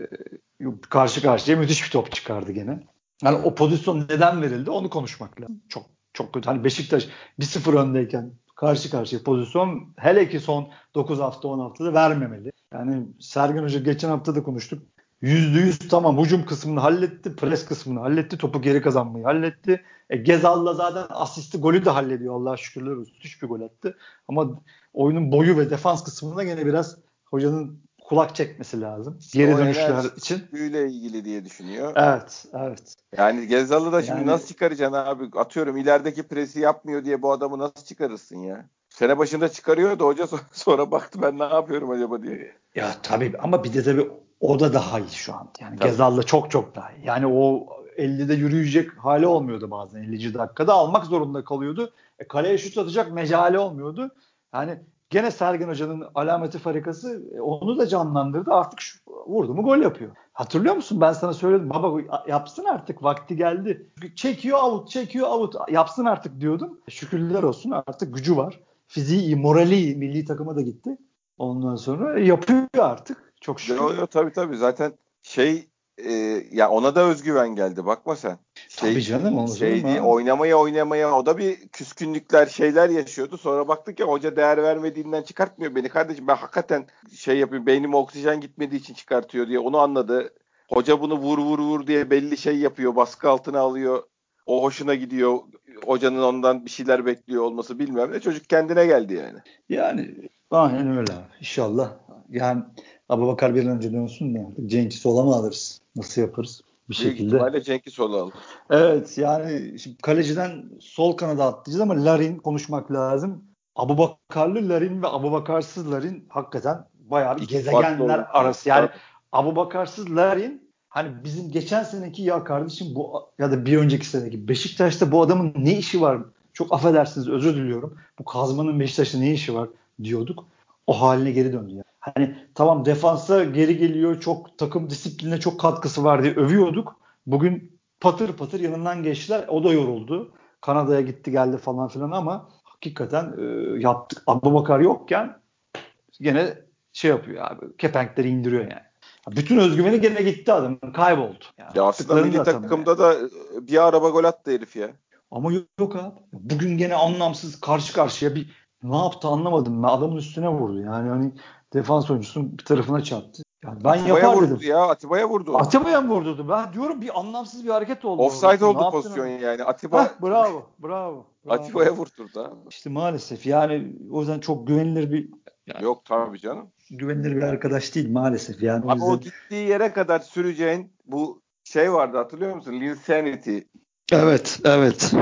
karşı karşıya müthiş bir top çıkardı gene. Yani Evet. o pozisyon neden verildi onu konuşmak lazım. Çok çok kötü. Hani Beşiktaş bir sıfır öndeyken karşı karşıya pozisyon hele ki son dokuz hafta on haftada vermemeli. Yani Sergen Hoca geçen hafta da konuştuk. yüzde yüz tamam hücum kısmını halletti, pres kısmını halletti, topu geri kazanmayı halletti. E, Gezal'la zaten asisti golü de hallediyor Allah'a şükürler olsun. Müthiş bir gol attı. Ama oyunun boyu ve defans kısmında gene biraz hocanın kulak çekmesi lazım. İşte Geri o dönüşler enerji için. düşüklüğüyle ilgili diye düşünüyor. Evet, evet. Yani Gezal'ı da şimdi Yani nasıl çıkaracaksın abi? Atıyorum ilerideki presi yapmıyor diye bu adamı nasıl çıkarırsın ya? Sene başında çıkarıyordu hoca sonra, sonra baktı ben ne yapıyorum acaba diye. ya tabii ama bir de tabii o da daha iyi şu an. Yani Tabii. Gezal'la çok çok daha iyi. Yani o ellide yürüyecek hali olmuyordu bazen ellinci dakikada almak zorunda kalıyordu. E, kaleye şut atacak mecali olmuyordu. Yani Gene Sergen Hoca'nın alameti farikası e, onu da canlandırdı. Artık şu, vurdu mu gol yapıyor. Hatırlıyor musun? Ben sana söyledim. Baba yapsın artık. Vakti geldi. Çekiyor out, çekiyor out. Yapsın artık diyordum. Şükürler olsun artık gücü var. Fiziği iyi, morali iyi. Milli takıma da gitti. Ondan sonra yapıyor artık. Çok şükür. Yo, yo, tabii tabii zaten şey e, ya ona da özgüven geldi. Bakma sen. Şey, Tabii canım, olmaz olur şey mu değil, abi? oynamaya oynamaya o da bir küskünlükler şeyler yaşıyordu. Sonra baktık ya hoca değer vermediğinden çıkartmıyor beni. Kardeşim ben hakikaten şey yapıyorum. Beynime oksijen gitmediği için çıkartıyor diye onu anladı. Hoca bunu vur vur vur diye belli şey yapıyor. Baskı altına alıyor. O hoşuna gidiyor. Hocanın ondan bir şeyler bekliyor olması bilmem ne. Çocuk kendine geldi yani. Yani aynen öyle abi. İnşallah. Yani Abubakar bir an önce dönsün de Cenk'i sola mı alırız? Nasıl yaparız? Bir Büyük şekilde. ihtimalle Cenk'i sola alır. Evet yani şimdi kaleciden sol kanada atlayacağız ama Larin konuşmak lazım. Abubakarlı Larin ve Abubakarsız Larin hakikaten bayağı bir İki farklı gezegenler oyuncu. arası. Yani Abubakarsız Larin hani bizim geçen seneki ya kardeşim bu ya da bir önceki seneki Beşiktaş'ta bu adamın ne işi var? Çok affedersiniz, özür diliyorum. Bu Kazman'ın Beşiktaş'ta ne işi var diyorduk. O haline geri döndü ya. Hani tamam defansa geri geliyor, çok takım disiplinine çok katkısı var diye övüyorduk. Bugün patır patır yanından geçtiler. O da yoruldu. Kanada'ya gitti geldi falan filan ama hakikaten e, yaptık. Abubakar yokken gene şey yapıyor abi. Kepenkleri indiriyor yani. Bütün özgüveni gene gitti adamın. Kayboldu. Yani Ya aslında attıklarını da milli atamıyor yani. takımda da bir araba gol attı herif ya. Ama yok, yok abi. Bugün gene anlamsız karşı karşıya bir ne yaptı anlamadım. Ben adamın üstüne vurdu. Yani hani defans oyuncusunun bir tarafına çarptı. Yani ben Atiba'ya yapar vurdu dedim. ya. Atiba'ya vurdu onu. Atiba'ya mı vurdu? Ben diyorum bir anlamsız bir hareket oldu orada. Offside Şimdi ne oldu yaptın pozisyon abi? yani. Atiba Hah bravo, bravo, Atiba'ya bravo. vurturdu abi. İşte maalesef yani o yüzden çok güvenilir bir yani Yok tabii canım. güvenilir bir arkadaş değil maalesef yani o Abi o yüzden. gittiği yere kadar süreceğin bu şey vardı hatırlıyor musun? Linsanity. Evet, evet.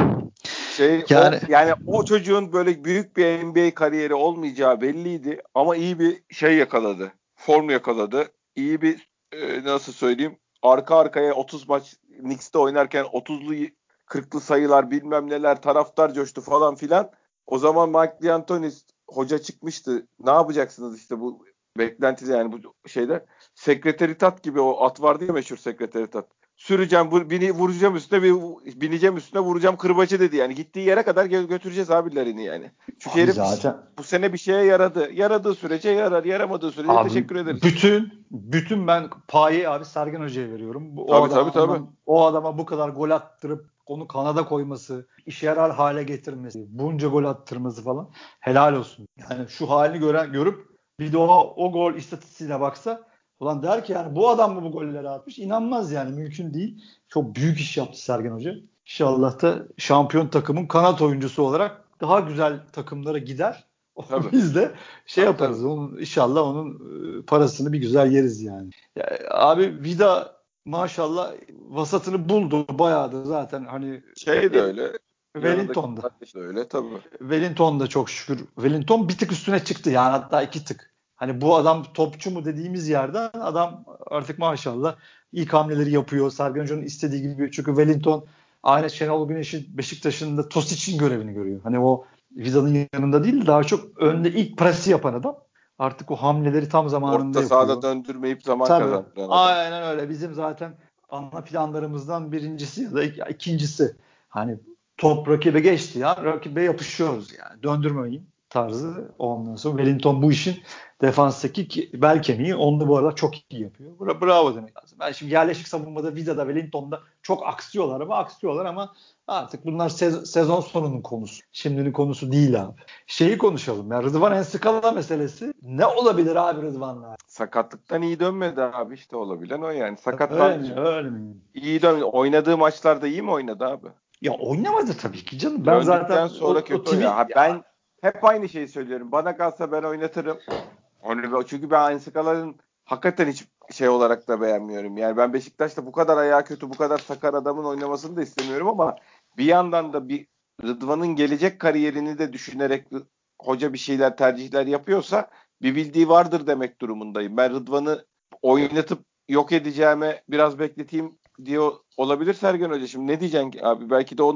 Şey Yani o yani o çocuğun böyle büyük bir N B A kariyeri olmayacağı belliydi ama iyi bir şey yakaladı. Form yakaladı. İyi bir e, nasıl söyleyeyim? Arka arkaya otuz maç Knicks'te oynarken otuzlu kırklı sayılar bilmem neler taraftar coştu falan filan. O zaman Mike D'Antoni hoca çıkmıştı. Ne yapacaksınız işte bu beklentide yani bu şeyde. Sekreteritat gibi o at vardı ya meşhur sekreteritat. Süreceğim, bu, bini, vuracağım üstüne, bir, bineceğim üstüne vuracağım kırbacı dedi yani. Gittiği yere kadar götüreceğiz abilerini yani. Çünkü abi herif zaten bu sene bir şeye yaradı. Yaradığı sürece yarar, yaramadığı sürece abi teşekkür ederiz. bütün bütün ben payı abi Sergen Hoca'ya veriyorum. Bu, o Tabii tabii tabii. adamın o adama bu kadar gol attırıp onu kanada koyması, işe yarar hale getirmesi, bunca gol attırması falan helal olsun. Yani şu halini gören görüp bir de o, o gol istatistiğine baksa ulan der ki yani bu adam mı bu golleri atmış? İnanmaz yani mümkün değil. Çok büyük iş yaptı Sergen Hoca. İnşallah da şampiyon takımın kanat oyuncusu olarak daha güzel takımlara gider. Tabii. Biz de şey Tabii tabii. yaparız. Onun, inşallah onun e, parasını bir güzel yeriz yani. Ya, abi Vida maşallah vasatını buldu bayağıdır zaten hani Şey de e, öyle. Yanındaki Wellington'da. kardeş de öyle tabii. Wellington da çok şükür. Wellington bir tık üstüne çıktı yani hatta iki tık. Hani bu adam topçu mu dediğimiz yerden adam artık maşallah ilk hamleleri yapıyor. Sergen Hoca'nın istediği gibi. Çünkü Wellington aynı Şenol Güneş'in Beşiktaş'ın da Tosic'in görevini görüyor. Hani o Vida'nın yanında değil daha çok önde ilk presi yapan adam. Artık o hamleleri tam zamanında Orta sahada yapıyor. döndürmeyip zaman Tabii. kazandıran adam. Aynen öyle. Bizim zaten ana planlarımızdan birincisi ya da ik- ikincisi. Hani top rakibe geçti ya. Rakibe yapışıyoruz yani. Döndürmeyin tarzı. Ondan sonra Wellington bu işin defanstaki ki- bel kemiği. Onu da bu arada çok iyi yapıyor. Bra- bravo demek lazım. Ben şimdi yerleşik savunmada Vida'da Wellington'da çok aksıyorlar ama aksıyorlar ama artık bunlar sez- sezon sonunun konusu. Şimdinin konusu değil abi. Şeyi konuşalım ya. Rıdvan Enskala meselesi. Ne olabilir abi Rıdvan'la? Sakatlıktan iyi dönmedi abi işte olabilen o yani. Öyle Sakatlan mi? Öyle mi? iyi dön oynadığı maçlarda iyi mi oynadı abi? Ya oynamadı tabii ki canım. Ben zaten Döndükten o, sonra o kötü oynuyor. tweet Ha, ben hep aynı şeyi söylüyorum. Bana kalsa ben oynatırım. Onu, çünkü ben Aynı Skala'nın hakikaten hiç şey olarak da beğenmiyorum. Yani ben Beşiktaş'ta bu kadar ayağı kötü, bu kadar sakar adamın oynamasını da istemiyorum ama bir yandan da bir Rıdvan'ın gelecek kariyerini de düşünerek hoca bir şeyler, tercihler yapıyorsa bir bildiği vardır demek durumundayım. Ben Rıdvan'ı oynatıp yok edeceğime biraz bekleteyim diyor olabilir Sergen Hoca. Şimdi ne diyeceksin ki abi? Belki de onun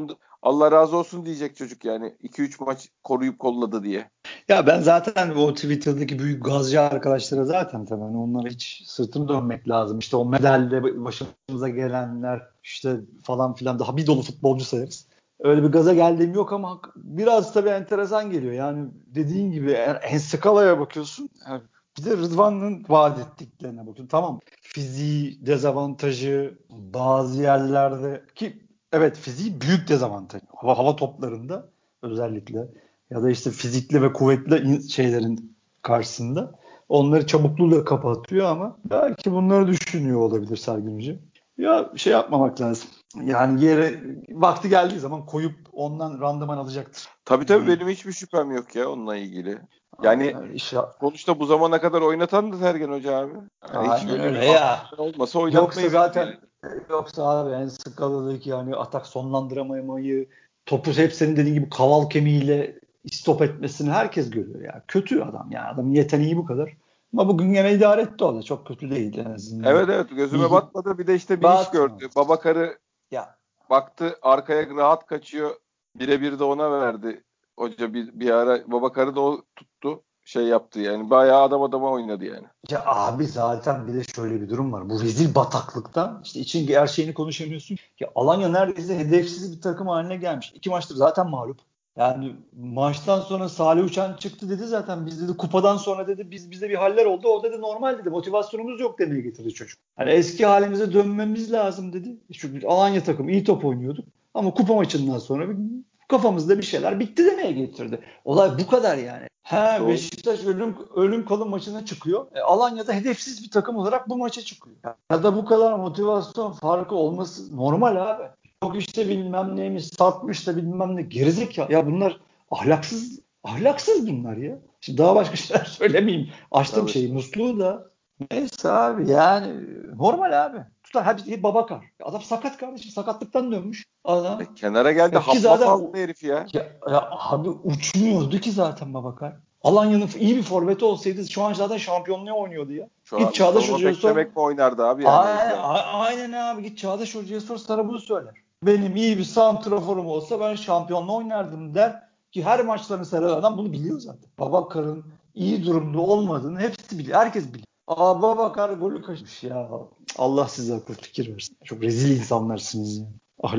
Allah razı olsun diyecek çocuk yani. iki üç maç koruyup kolladı diye. Ya ben zaten o Twitter'daki büyük gazcı arkadaşlara zaten tabii hani onlara hiç sırtını dönmek lazım. İşte o medalle başımıza gelenler işte falan filan daha bir dolu futbolcu sayarız. Öyle bir gaza geldiğim yok ama biraz tabii enteresan geliyor. Yani dediğin gibi Enskalay'a bakıyorsun. Yani bir de Rıdvan'ın vaat ettiklerine bakıyorsun. Tamam, fiziği dezavantajı bazı yerlerde ki evet fiziği büyük dezavantajı. Hava, hava toplarında özellikle ya da işte fizikli ve kuvvetli şeylerin karşısında onları çabukluğuyla kapatıyor ama belki bunları düşünüyor olabilir Sergen Hoca. Ya şey yapmamak lazım. Yani yere vakti geldiği zaman koyup ondan randıman alacaktır. Tabii tabii Yani, benim hiçbir şüphem yok ya onunla ilgili. Yani aynen, işe, sonuçta bu zamana kadar oynatan da Sergen Hoca abi. Yani hiç aynen öyle öyle bir ya. aksiyon olmasa Yoksa oynatmayız gibi zaten yani. yoksa abi en skaladaki yani atak sonlandıramamayı topu hep senin dediğin gibi kaval kemiğiyle istop etmesini herkes görüyor ya. Kötü adam yani. Adamın yeteneği bu kadar. Ama bugün gene idare etti o da. Çok kötü değil en azından. Evet evet gözüme İyi. batmadı. Bir de işte bir iş Batma. gördü. Babakar'ı Ya baktı arkaya rahat kaçıyor. Birebir de ona verdi. Hoca bir, bir ara Babakar'ı da o tuttu. Şey yaptı yani. Bayağı adam adama oynadı yani. Ya abi zaten bir de şöyle bir durum var. Bu rezil bataklıkta işte için her şeyini konuşamıyorsun ki Alanya neredeyse hedefsiz bir takım haline gelmiş. İki maçtır zaten mağlup. Yani maçtan sonra Salih Uçan çıktı dedi zaten biz dedi kupadan sonra dedi biz bize bir haller oldu. O dedi normal dedi motivasyonumuz yok demeye getirdi çocuk. Hani eski halimize dönmemiz lazım dedi. Çünkü Alanya takımı iyi top oynuyorduk. Ama kupa maçından sonra bir, kafamızda bir şeyler bitti demeye getirdi. Olay bu kadar yani. Ha Doğru. Beşiktaş ölüm ölüm kalım maçına çıkıyor. E, Alanya'da hedefsiz bir takım olarak bu maça çıkıyor. Ya da bu kadar motivasyon farkı olması normal abi. Yok işte bilmem neymiş satmış da bilmem ne gerizekalı. Ya bunlar ahlaksız ahlaksız bunlar ya. Şimdi daha başka şeyler söylemeyeyim. Açtım Tabii. şeyi musluğu da. Neyse abi yani normal abi. Tutar hep Babakar. Adam sakat kardeşim sakatlıktan dönmüş. E, Adam. kenara geldi Ya ki hap map zaten aldı herif ya. ya, ya abi uçmuyordu ki zaten Babakar. Alanya'nın iyi bir forveti olsaydı şu an zaten şampiyonluğu oynuyordu ya. Şu Git an Çağdaş savunma Hoca'ya sor. beklemek mi oynardı abi yani herif Aynen, ya. aynen abi git Çağdaş Hoca'ya sor sana bunu söyler. Benim iyi bir santraforum olsa ben şampiyonluğu oynardım der. Ki her maçlarını seyreden adam bunu biliyor zaten. Babakar'ın iyi durumda olmadığını hepsi biliyor. Herkes biliyor. Aa Babakar golü kaçmış ya. Allah size akıl fikir versin. Çok rezil insanlarsınız ya.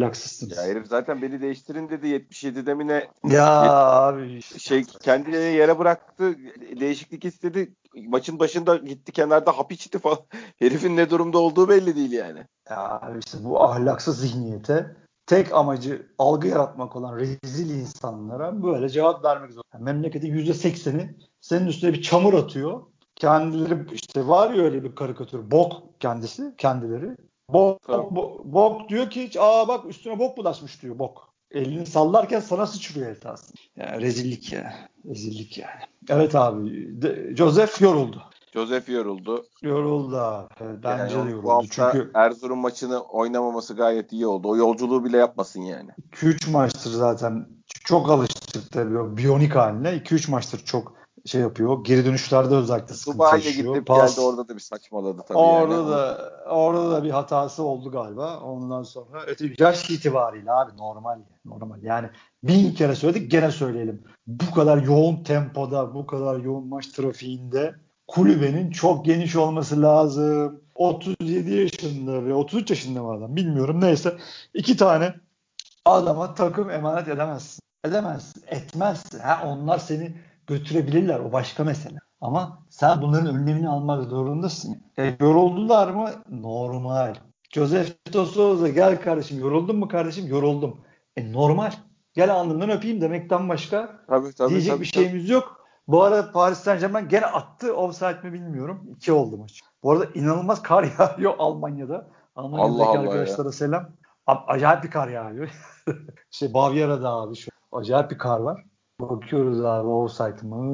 Ya Ahlaksızsınız. herif zaten beni değiştirin dedi yetmiş yedide mi ne Ya yet- abi şey kendini yere bıraktı değişiklik istedi maçın başında gitti kenarda hap içti falan herifin ne durumda olduğu belli değil yani. Ya işte bu ahlaksız zihniyete tek amacı algı yaratmak olan rezil insanlara böyle cevap vermek zorunda. Yani memleketin yüzde sekseni senin üstüne bir çamur atıyor. Kendileri işte var ya öyle bir karikatür. Bok kendisi, kendileri. Bok, Tamam. bok, bok diyor ki aa bak üstüne bok bulaşmış diyor bok. Elini sallarken sana sıçrıyor el aslında. Ya rezillik ya. Rezillik yani. Evet abi. De, Joseph yoruldu. Joseph yoruldu. Yoruldu abi. Yani Bence de o, bu yoruldu. hafta Çünkü Erzurum maçını oynamaması gayet iyi oldu. O yolculuğu bile yapmasın yani. iki üç maçtır zaten çok alıştık tabii o biyonik haline. iki üç maçtır çok şey yapıyor. Geri dönüşlerde özellikle sıkıntı Dubai'ye yaşıyor. gidip geldi Pas orada da bir saçmaladı tabii yani. orada da orada da bir hatası oldu galiba. Ondan sonra öte yaş itibariyle abi normal normal. Yani bin kere söyledik gene söyleyelim. Bu kadar yoğun tempoda, bu kadar yoğun maç trafiğinde kulübenin çok geniş olması lazım. otuz yedi yaşında ve otuz üç yaşında mı adam bilmiyorum. Neyse iki tane adama takım emanet edemezsin. Edemezsin. Etmezsin. Ha, onlar seni götürebilirler. O başka mesele. Ama sen bunların önlemini almak zorundasın. E, yoruldular mı? Normal. Joseph de Souza gel kardeşim. Yoruldun mu kardeşim? Yoruldum. E normal. Gel alnından öpeyim demekten başka Tabii tabii diyecek bir tabii tabii. şeyimiz yok. Bu arada Paris Saint-Germain gene attı. Offside mi bilmiyorum. İki oldu maç. Bu arada inanılmaz kar yağıyor Almanya'da. Allah Almanya'daki Allah ya. arkadaşlara selam. Acayip bir kar yağıyor. şey Bavyera'da abi şu acayip bir kar var. Bakıyoruz abi offside mı?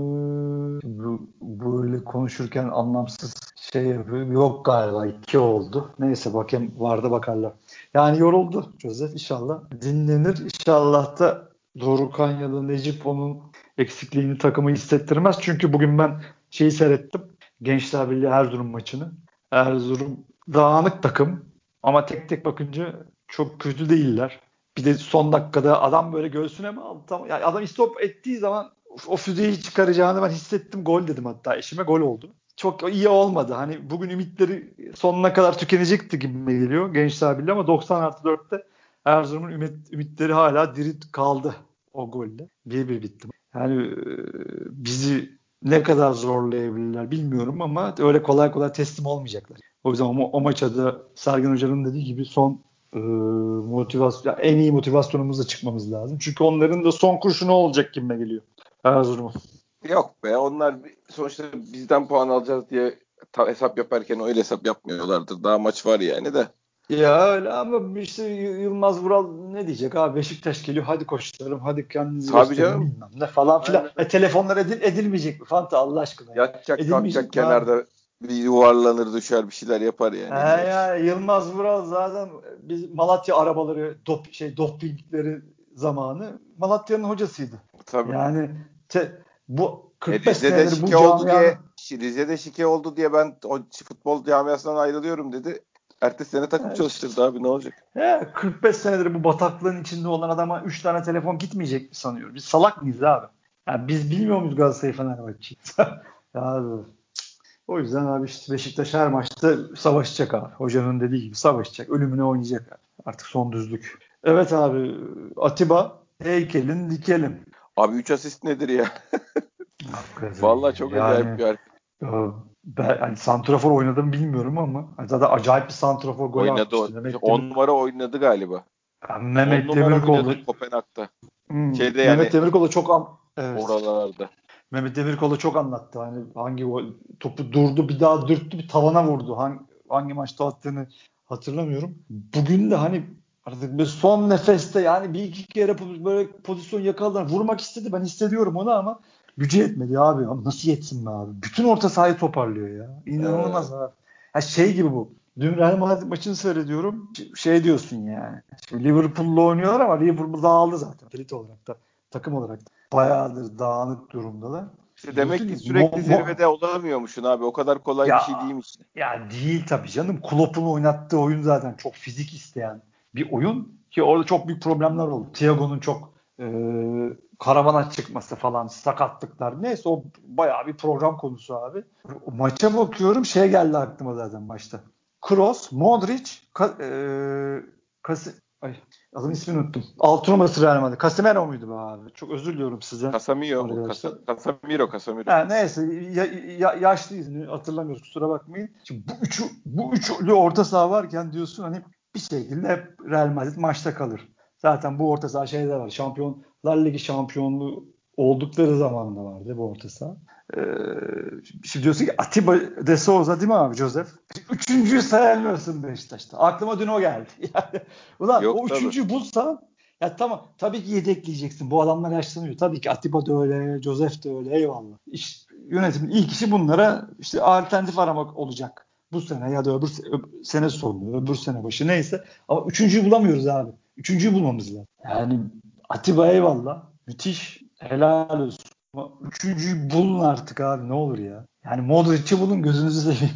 Bu, böyle konuşurken anlamsız şey yapıyor. Yok galiba iki oldu. Neyse bakayım vardı bakarlar. Yani yoruldu Joseph inşallah. Dinlenir. İnşallah da Dorukhan ya da Necip onun eksikliğini takımı hissettirmez. Çünkü bugün ben şeyi seyrettim. Gençler Birliği Erzurum maçını. Erzurum dağınık takım ama tek tek bakınca çok kötü değiller. Bir de son dakikada adam böyle göğsüne mi aldı? Tam, yani adam istop ettiği zaman o füzeyi çıkaracağını ben hissettim. Gol dedim hatta eşime, gol oldu. Çok iyi olmadı. Hani bugün ümitleri sonuna kadar tükenecekti gibi geliyor Gençler Birliği ama doksan artı dörtte Erzurum'un ümit, ümitleri hala diri kaldı o golle. bir bir bitti. Yani e, bizi ne kadar zorlayabilirler bilmiyorum ama öyle kolay kolay teslim olmayacaklar. O yüzden o, o maça da Sergen Hoca'nın dediği gibi son e, motivasyon, en iyi motivasyonumuzla çıkmamız lazım. Çünkü onların da son kurşunu olacak gibime geliyor Erzurum'un. Yok be, onlar sonuçta bizden puan alacağız diye ta- hesap yaparken öyle hesap yapmıyorlardır. Daha maç var yani de. Ya öyle ama işte Yılmaz Vural ne diyecek abi, Beşiktaş geliyor hadi koçlarım hadi kendinizi Tabii gösterin canım. bilmem ne falan filan. Aynen. E, telefonlar edil, edilmeyecek mi Fanta Allah aşkına ya. Yatacak kalkacak Edilmeyecek mi abi? kenarda bir yuvarlanır düşer bir şeyler yapar He yani illa ki. ya Yılmaz Vural zaten biz Malatya arabaları dop, şey dopingleri zamanı Malatya'nın hocasıydı. Tabii. Yani te, bu E, kırk beş Rize'de senedir bu şike oldu camianın diye Rize'de şike oldu diye ben o futbol camiasından ayrılıyorum dedi. Ertesi sene takım e, çalıştırdı abi, ne olacak? he, kırk beş senedir bu bataklığın içinde olan adama üç tane telefon gitmeyecek mi sanıyor? Biz salak mıyız abi? Yani biz bilmiyor muyuz Galatasaray Fenerbahçe'yi? Ya, o yüzden abi işte Beşiktaş her maçta savaşacak abi. Hocanın dediği gibi savaşacak. Ölümüne oynayacak abi. Artık son düzlük. Evet abi Atiba heykelin dikelim. Abi üç asist nedir ya? Hakikaten Vallahi çok acayip yani bir hareket. e, ben hani santrafor oynadım bilmiyorum ama hani zaten acayip bir santrafor golü Oynadı. atmıştı. Mehmet on Demir numara oynadı galiba. yani on Mehmet numara Demirkol da oynadı Kopenhag'da. hmm, Şeyde Mehmet yani Demirkol da çok an, evet. oralarda. Mehmet Demirkol da çok anlattı. Hani hangi gol, topu durdu bir daha dürttü bir tavana vurdu. Hangi, hangi maçta attığını hatırlamıyorum. Bugün de hani artık bir son nefeste yani bir iki kere böyle pozisyon yakaladılar. Vurmak istedi. Ben hissediyorum onu ama gücü yetmedi abi. Abi nasıl yetsin be abi? Bütün orta sahayı toparlıyor ya. Ee, İnanılmaz abi. Ha şey gibi bu. Dün Real Madrid maçını seyrediyorum. Şey diyorsun yani. Şimdi Liverpool'la oynuyorlar ama Liverpool dağıldı zaten. Kilit olarak da takım olarak da. Bayağıdır dağınık durumdalar. işte demek Diyorsun ki ki sürekli mo, mo, zirvede olamıyormuşsun abi. O kadar kolay bir ya şey değilmiş. ya değil tabii canım. Klopp'un oynattığı oyun zaten çok fizik isteyen bir oyun ki orada çok büyük problemler oldu. Thiago'nun çok e, karavana çıkması falan, sakatlıklar. Neyse o bayağı bir program konusu abi. O maça bakıyorum şey geldi aklıma zaten maçta. Kroos, Modric, Ka, e, Kas, ay, adamın ismini unuttum. Altı numarası Real Madrid. Casemiro muydu be abi? Çok özür diliyorum size Casemiro mu? arkadaşlar. Casa- Casemiro, Casemiro. Ha, neyse ya, ya, yaşlıyız hatırlamıyoruz kusura bakmayın. Şimdi bu üçü bu üçlü orta saha varken diyorsun hani bir şekilde hep Real Madrid maçta kalır. Zaten bu orta saha şeyde var. Şampiyonlar Ligi şampiyonluğu oldukları zamanında vardı bu orta saha. Ee, şimdi diyorsun ki Atiba de Souza değil mi abi Joseph? Üçüncüyü sayamıyorsun Beşiktaş'ta. Aklıma dün o geldi. Yani, ulan Yok o tabii. üçüncüyü bulsan ya tamam tabii ki yedekleyeceksin. Bu adamlar yaşlanıyor. Tabii ki Atiba da öyle, Joseph de öyle eyvallah. İş, yönetimin ilk işi bunlara işte alternatif aramak olacak. Bu sene ya da öbür, öbür sene sonu, öbür sene başı neyse. Ama üçüncüyü bulamıyoruz abi. Üçüncüyü bulmamız lazım. Yani Atiba eyvallah. Müthiş. Helal olsun. Ama üçüncüyü bulun artık abi ne olur ya. Yani Modric'i bulun gözünüzü seveyim.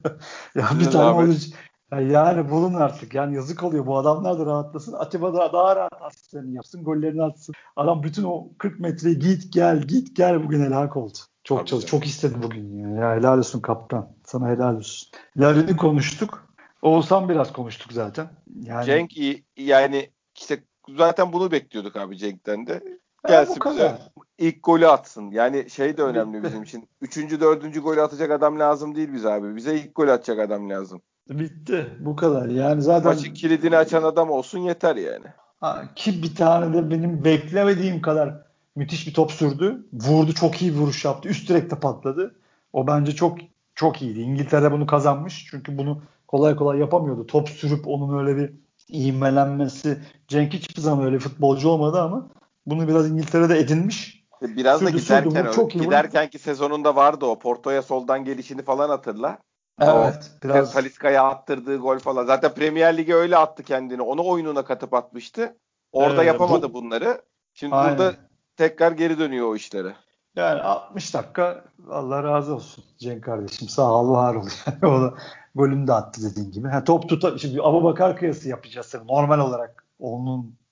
Ya bir Size tane zahmet. Modric ya yani bulun artık. Yani yazık oluyor. Bu adamlar da rahatlasın. Atiba da daha rahat asistlerini yapsın. Gollerini atsın. Adam bütün o kırk metreyi git gel git gel bugün helak oldu. Çok Tabii çalış, canım. çok istedi bugün ya. Ya helal olsun kaptan. Sana helal olsun. Larin'i konuştuk. Oğuzhan biraz konuştuk zaten. Yani Cenk iyi, yani işte zaten bunu bekliyorduk abi Cenk'ten de. ha, bu Gelsin bize kadar. ilk golü atsın. Yani şey de önemli Bitti. bizim için. Üçüncü, dördüncü golü atacak adam lazım değil bize abi. Bize ilk golü atacak adam lazım. Bitti. Bu kadar. Yani zaten Maçın kilidini açan adam olsun yeter yani. ha, ki bir tane de benim beklemediğim kadar müthiş bir top sürdü. Vurdu, çok iyi bir vuruş yaptı. Üst direkte patladı. O bence çok çok iyiydi. İngiltere bunu kazanmış. Çünkü bunu kolay kolay yapamıyordu. Top sürüp onun öyle bir ivmelenmesi. Cenk hiçbir zaman öyle futbolcu olmadı ama bunu biraz İngiltere'de edinmiş. Biraz da Sürdü sürdü giderken vur o çok iyi vurdu. giderkenki sezonunda vardı o. Porto'ya soldan gelişini falan hatırla. O Evet biraz Talisca'ya attırdığı gol falan. Zaten Premier Lig'e öyle attı kendini. Onu oyununa katıp atmıştı. Orada e, yapamadı bu bunları. Şimdi burada aynen. tekrar geri dönüyor o işlere. Yani altmış dakika Allah razı olsun Cenk kardeşim sağ ol var ol. Yani o da golünü de attı dediğin gibi. Ha, top tuta şimdi Abubakar kıyası yapacağız tabii. Normal olarak onun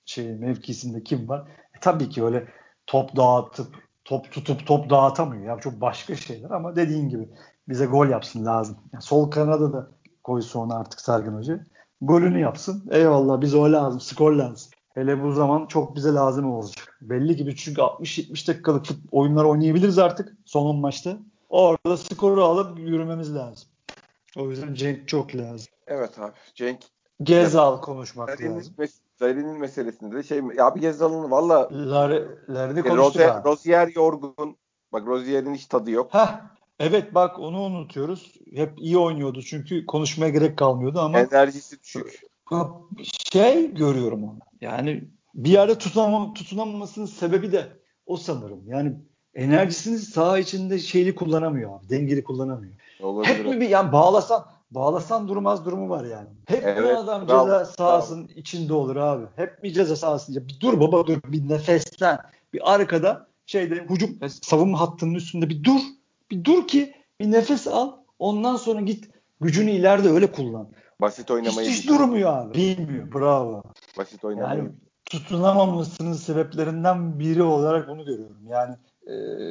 şey mevkisinde kim var? E, tabii ki öyle top dağıtıp top tutup top dağıtamıyor. Ya çok başka şeyler ama dediğin gibi bize gol yapsın lazım. Yani sol kanada da koysa onu artık Sergen Hoca. Golünü yapsın. Eyvallah bize o lazım. Skor lazım. Hele bu zaman çok bize lazım olacak. Belli gibi çünkü altmış yetmiş dakikalık oyunlar oynayabiliriz artık son on maçta. Orada skoru alıp yürümemiz lazım. O yüzden Cenk çok lazım. Evet abi. Cenk Gezal konuşmak Larin'in, lazım. mes- Larin'in meselesinde de şey ya bir Gezal'ın valla Larry e, konuştuk Rose, ha. Rozier yorgun. Bak Rozier'in hiç tadı yok. Heh, evet bak onu unutuyoruz. Hep iyi oynuyordu çünkü konuşmaya gerek kalmıyordu ama Enerjisi düşük. şey görüyorum onu. Yani bir yerde tutunamam, tutunamamasının sebebi de o sanırım. Yani enerjisini saha içinde şeyli kullanamıyor abi. Dengeli kullanamıyor. Olabilir. Hep mi bir yani bağlasan bağlasan durmaz durumu var yani. Hep mi Evet. adam Bravo. ceza sahasının içinde olur abi? Hep mi ceza sahasında? Bir dur baba dur bir nefeslen. Bir arkada şeyde hücum savunma hattının üstünde bir dur. Bir dur ki bir nefes al. Ondan sonra git gücünü ileride öyle kullan. Basit Hiç, oynamayı hiç biliyor. durmuyor abi. Bilmiyor. Bravo. Basit oynamayı Yani biliyor. tutunamamasının sebeplerinden biri olarak bunu görüyorum. Yani e,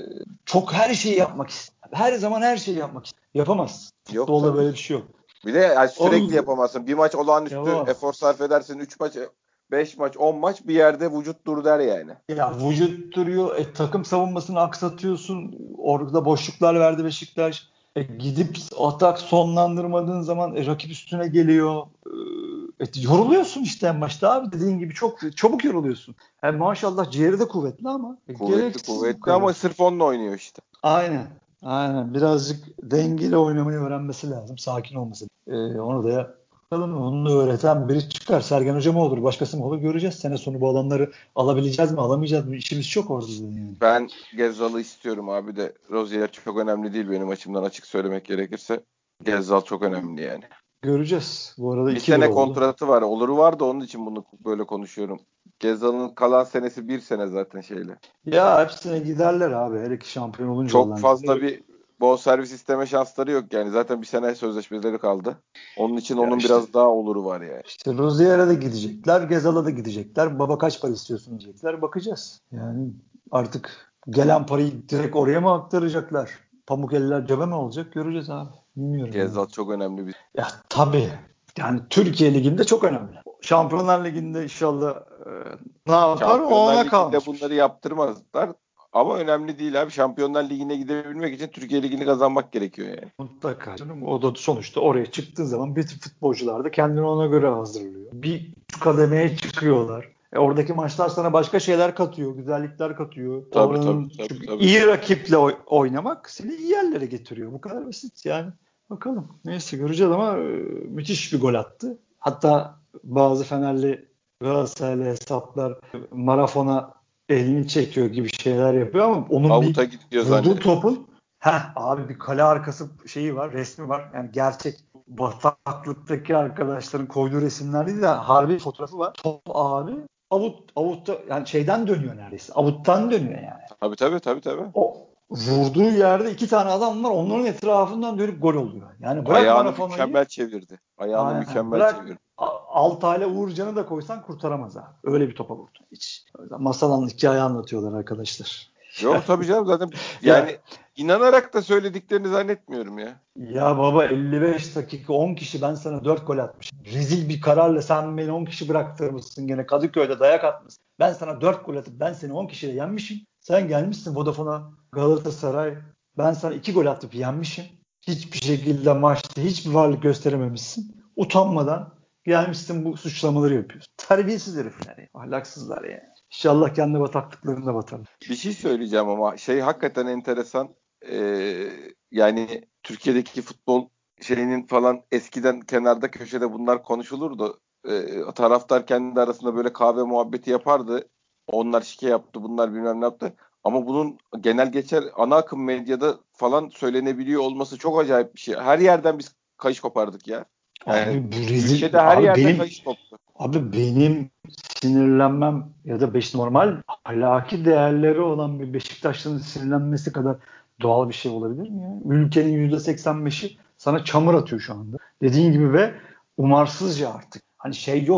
çok her şeyi yapmak istiyor. Her zaman her şeyi yapmak istiyor. Yapamaz. Yok Futbolda tabii. böyle bir şey yok. Bir de yani sürekli Onun yapamazsın. Bir maç olağanüstü yapamaz. efor sarf edersin. Üç maç, beş maç, on maç bir yerde vücut dur der yani. Ya vücut duruyor. E, takım savunmasını aksatıyorsun. Orada boşluklar verdi Beşiktaş. E, gidip atak sonlandırmadığın zaman e, rakip üstüne geliyor. E, e, yoruluyorsun işte en başta abi. Dediğin gibi çok çabuk yoruluyorsun. Yani maşallah ciğeri de kuvvetli ama e, Kuvvetli gereksiz bu kuvvetli ama kadar. sırf onunla oynuyor işte. Aynen. Aynen. Birazcık dengeli oynamayı öğrenmesi lazım. Sakin olması. Ee, onu da bakalım onu öğreten biri çıkar. Sergen Hoca mı olur? Başkası mı olur? Göreceğiz. Sene sonu bu adamları alabileceğiz mi? Alamayacağız mı? İşimiz çok orada yani. Ben Gezzal'ı istiyorum abi de Rozier çok önemli değil benim açımdan açık söylemek gerekirse. Gezzal çok önemli yani. Göreceğiz. Bu arada Bir iki bir sene oldu. kontratı var. Oluru var da onun için bunu böyle konuşuyorum. Gezzal'ın kalan senesi bir sene zaten şeyle. Ya hepsine giderler abi. Her iki şampiyon olunca Çok Allah'ın fazla izniyle. bir bonservis isteme şansları yok yani. Zaten bir sene sözleşmeleri kaldı. Onun için Ya onun işte biraz daha oluru var yani. işte Rozier'e de gidecekler. Gezal'a da gidecekler. Baba kaç para istiyorsun diyecekler. Bakacağız. Yani artık gelen parayı direkt oraya mı aktaracaklar? Pamuk eller cebe mi olacak? Göreceğiz abi. Bilmiyorum yani. Gezzal çok önemli bir. Ya tabii. Yani Türkiye Ligi'nde çok önemli. Şampiyonlar Ligi'nde inşallah e, ne yapar? O Şampiyonlar ona Ligi'nde kalmışmış. bunları yaptırmazlar. Ama önemli değil abi. Şampiyonlar Ligi'ne gidebilmek için Türkiye Ligi'ni kazanmak gerekiyor yani. Mutlaka canım. O da sonuçta oraya çıktığın zaman bütün futbolcular da kendini ona göre hazırlıyor. Bir kademeye çıkıyorlar. E, oradaki maçlar sana başka şeyler katıyor, güzellikler katıyor. Tabii tabii Oranın tabii çünkü tabii. iyi rakiple oy- oynamak seni iyi yerlere getiriyor. Bu kadar basit yani. Bakalım. Neyse göreceğiz ama e, müthiş bir gol attı. Hatta bazı Fenerli Galatasaraylı hesaplar e, Marafon'a elini çekiyor gibi şeyler yapıyor ama onun bir Avuta gidiyor vurduğu zannediyor. topun heh, abi bir kale arkası şeyi var, resmi var. Yani gerçek bataklıktaki arkadaşların koyduğu resimler değil de harbi fotoğrafı var. Top abi avut, avutta yani şeyden dönüyor neredeyse. Avuttan dönüyor yani. Tabii tabii tabii tabii. O vurduğu yerde iki tane adam var. Onların etrafından dönüp gol oluyor. Yani bırak Ayağını Marafona'yı mükemmel çevirdi. Ayağını aynen, mükemmel bırak çevirdi. Altay'la Uğurcan'ı da koysan kurtaramaz abi. Öyle bir topa vurdu. Hiç. O yüzden masalın hikaye anlatıyorlar arkadaşlar. Yok tabii canım zaten Ya yani inanarak da söylediklerini zannetmiyorum ya. Ya baba elli beş dakika on kişi ben sana dört gol atmışım. Rezil bir kararla sen beni on kişi bıraktırmışsın gene Kadıköy'de dayak atmışsın. Ben sana dört gol atıp ben seni on kişiyle yenmişim. Sen gelmişsin Vodafone'a Galatasaray. Ben sana iki gol atıp yenmişim. Hiçbir şekilde maçta hiçbir varlık gösterememişsin. Utanmadan gelmişsin bu suçlamaları yapıyorsun. Terbiyesiz herifler ya. Ahlaksızlar ya. İnşallah kendi bataklıklarında batarlar. Bir şey söyleyeceğim ama şey hakikaten enteresan. Ee, yani Türkiye'deki futbol şeyinin falan eskiden kenarda köşede bunlar konuşulurdu. Ee, taraftar kendi arasında böyle kahve muhabbeti yapardı. Onlar şike yaptı, bunlar bilmem ne yaptı. Ama bunun genel geçer ana akım medyada falan söylenebiliyor olması çok acayip bir şey. Her yerden biz kayış kopardık ya. Yani Abi bu rezil. ülkede her Abi yerde benim kayış koptu. Abi benim sinirlenmem ya da beş normal ahlaki değerleri olan bir Beşiktaşlı'nın sinirlenmesi kadar doğal bir şey olabilir mi ya? Ülkenin yüzde seksen beşi sana çamur atıyor şu anda. Dediğin gibi ve umarsızca artık. Hani şey yok.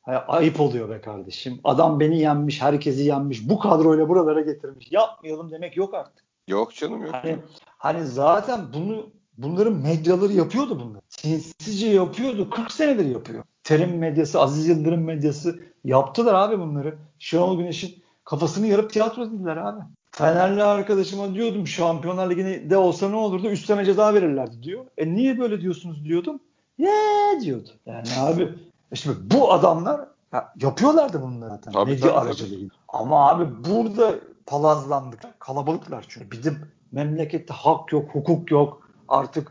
Hay- ayıp oluyor be kardeşim. Adam beni yenmiş, herkesi yenmiş. Bu kadroyla buralara getirmiş. Yapmayalım demek yok artık. Yok canım, yok. Hani hani zaten bunu bunların medyaları yapıyordu bunlar. Sinsizce yapıyordu. kırk senedir yapıyor. Terim medyası, Aziz Yıldırım medyası yaptılar abi bunları. Şenol Güneş'in kafasını yarıp tiyatro dediler abi. Fenerli arkadaşıma diyordum Şampiyonlar Ligi'nde olsa ne olurdu? Üç sene ceza verirlerdi diyor. E niye böyle diyorsunuz diyordum. Ya diyordu. Yani abi şimdi bu adamlar ya, yapıyorlardı bunları zaten. Tabii, Medya tabii, tabii. aracılığıyla. Ama abi burada palazlandık. Kalabalıklar çünkü. Bizim memlekette hak yok, hukuk yok. Artık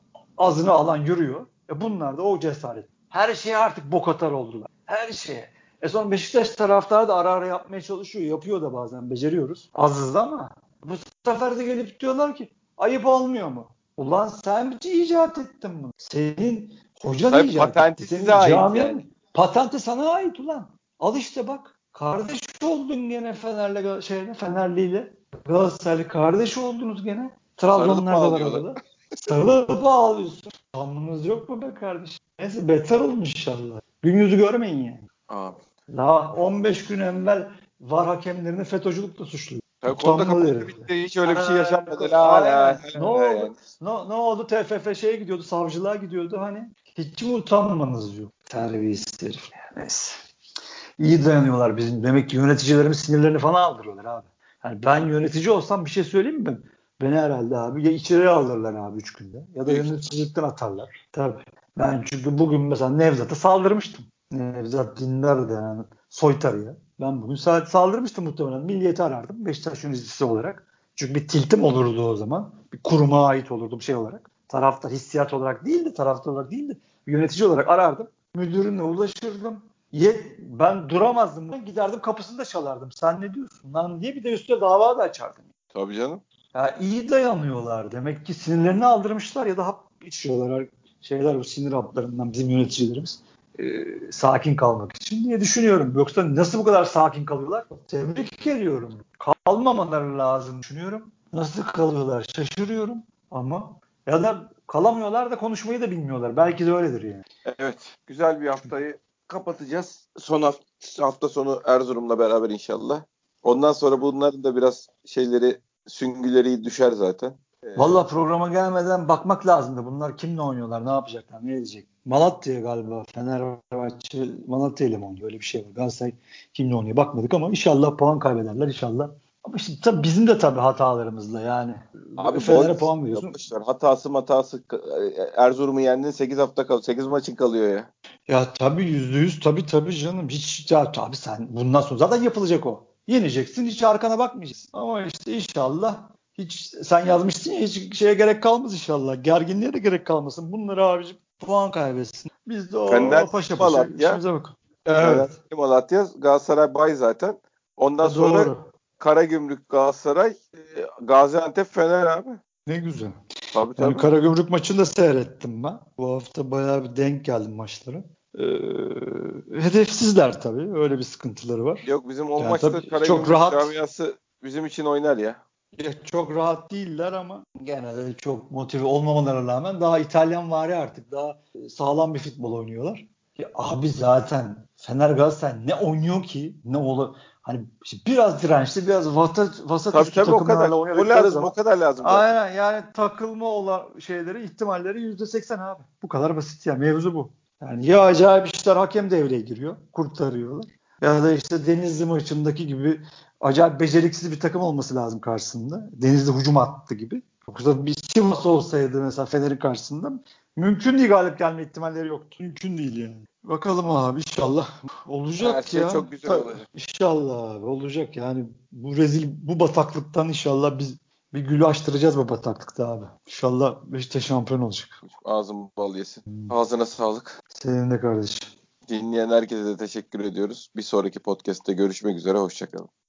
azını alan yürüyor. E bunlar da o cesaret. Her şeye artık bok atar oldular. Her şeye. E sonra Beşiktaş taraftarı da ara ara yapmaya çalışıyor. Yapıyor da bazen. Beceriyoruz. Azız ama bu sefer de gelip diyorlar ki ayıp olmuyor mu? Ulan sen mi icat ettin bunu? Senin hocan Tabii icat etti. patenti size Senin ait camian yani. patenti sana ait ulan. Al işte bak. Kardeş oldun gene Fener'le şeyle, Fenerli'yle. Galatasaraylı kardeş oldunuz gene. Sarılıp Trabzonlar da var ağlıyorlar. arada. Sarılıp ağlıyorsun. Tamınız yok mu be kardeşim? Neyse beter olun inşallah. Gün yüzü görmeyin yani. Abi. Daha on beş gün evvel var hakemlerini FETÖ'cülükle suçluyor. Tabii konu da Utanmalı kapandı, herif. bitti. Hiç öyle bir şey Ha, yaşanmadı. La la aynen. la Ne la oldu? yani. Ne, ne oldu? T F F şeye gidiyordu, savcılığa gidiyordu hani. Hiç mi utanmanız yok? Terbiyesiz herif. Neyse. İyi dayanıyorlar bizim. Demek ki yöneticilerimiz sinirlerini falan aldırıyorlar abi. Yani ben yönetici olsam bir şey söyleyeyim mi? Beni herhalde abi ya içeriye alırlar abi üç günde ya da Büyük. yöneticilikten atarlar. Tabii. Ben çünkü bugün mesela Nevzat'a saldırmıştım. Nevzat Dindar'dı yani soytarıya. Ben bugün sa- saldırmıştım muhtemelen. Milliyeti arardım Beşiktaş yöneticisi olarak. Çünkü bir tiltim olurdu o zaman. Bir kuruma ait olurdum şey olarak. Taraftar hissiyat olarak değildi, taraftar olarak değildi. Yönetici olarak arardım. Müdürümle ulaşırdım. Ye, ben duramazdım. Ben giderdim kapısını da çalardım. Sen ne diyorsun lan diye bir de üstüne dava da açardım. Tabii canım. Ya iyi dayanıyorlar. Demek ki sinirlerini aldırmışlar ya da hap içiyorlar. Şeyler bu sinir haplarından bizim yöneticilerimiz. Ee, sakin kalmak için diye düşünüyorum. Yoksa nasıl bu kadar sakin kalıyorlar? Tebrik ediyorum. Kalmamaları lazım düşünüyorum. Nasıl kalıyorlar şaşırıyorum ama ya da kalamıyorlar da konuşmayı da bilmiyorlar. Belki de öyledir yani. Evet. Güzel bir haftayı kapatacağız. Son hafta, hafta sonu Erzurum'la beraber inşallah. Ondan sonra bunların da biraz şeyleri, süngüleri düşer zaten. Ee, Valla programa gelmeden bakmak lazımdı. Bunlar kimle oynuyorlar, ne yapacaklar, ne edecek? Malatya galiba. Fenerbahçe Malatya ile mi oynuyor? Öyle bir şey var. Galatasaray kimle oynuyor? Bakmadık ama inşallah puan kaybederler inşallah. Ama şimdi tabii bizim de tabii hatalarımızla yani. Abi gol Fener'e puan veriyorsun. yapmışlar. Hatası matası, Erzurum'u yendin, sekiz hafta kal, sekiz maçın kalıyor ya. Ya tabii yüzde yüz tabii tabii canım. Hiç ya tabii sen bundan sonra zaten yapılacak o. Yeneceksin hiç arkana bakmayacaksın. Ama işte inşallah hiç sen yazmışsın ya hiç şeye gerek kalmaz inşallah. Gerginliğe de gerek kalmasın. Bunları abicim puan kaybetsin. Biz de Fener o paşa paşa Malatya. işimize bakalım. Fener Evet. Malatya. Galatasaray bay zaten. Ondan Ha, sonra doğru. Karagümrük Galatasaray. e, Gaziantep Fener abi. Ne güzel. Tabii, Yani tabii. Karagümrük maçını da seyrettim ben. Bu hafta bayağı bir denk geldim maçlara. Ee, hedefsizler tabii. Öyle bir sıkıntıları var. Yok, bizim on Yani maçta tabii çok Karagümrük rahat. camiası bizim için oynar ya. Ya çok rahat değiller ama gene de çok motive olmamalarına rağmen daha İtalyanvari artık daha sağlam bir futbol oynuyorlar. Ya abi zaten Fener Galatasaray ne oynuyor ki? Ne olur? Hani işte biraz dirençli, biraz vasat, vasat Tabii, üstü tabii, o kadar. takımlarla O oynadıkları lazım, o zaman kadar lazım zaten. aynen yani takılma olan şeyleri, ihtimalleri yüzde seksen abi. Bu kadar basit ya. Mevzu bu. Yani ya acayip işler hakem devreye giriyor. Kurtarıyorlar. Ya da işte Denizli maçındaki gibi acayip beceriksiz bir takım olması lazım karşısında. Denizli hücum attı gibi. Yoksa bir Sivas olsaydı mesela Fener'in karşısında mümkün değil, galip gelme ihtimalleri yoktu. Mümkün değil yani. Bakalım abi inşallah Her olacak şey ya. çok güzel Ta- olacak. İnşallah abi olacak yani bu rezil bu bataklıktan inşallah biz bir gülü açtıracağız bu bataklıkta abi. İnşallah Beşiktaş şampiyon olacak. Ağzım bal yesin. Hmm. Ağzına sağlık. Senin de kardeşim. Dinleyen herkese de teşekkür ediyoruz. Bir sonraki podcast'te görüşmek üzere. Hoşça kalın.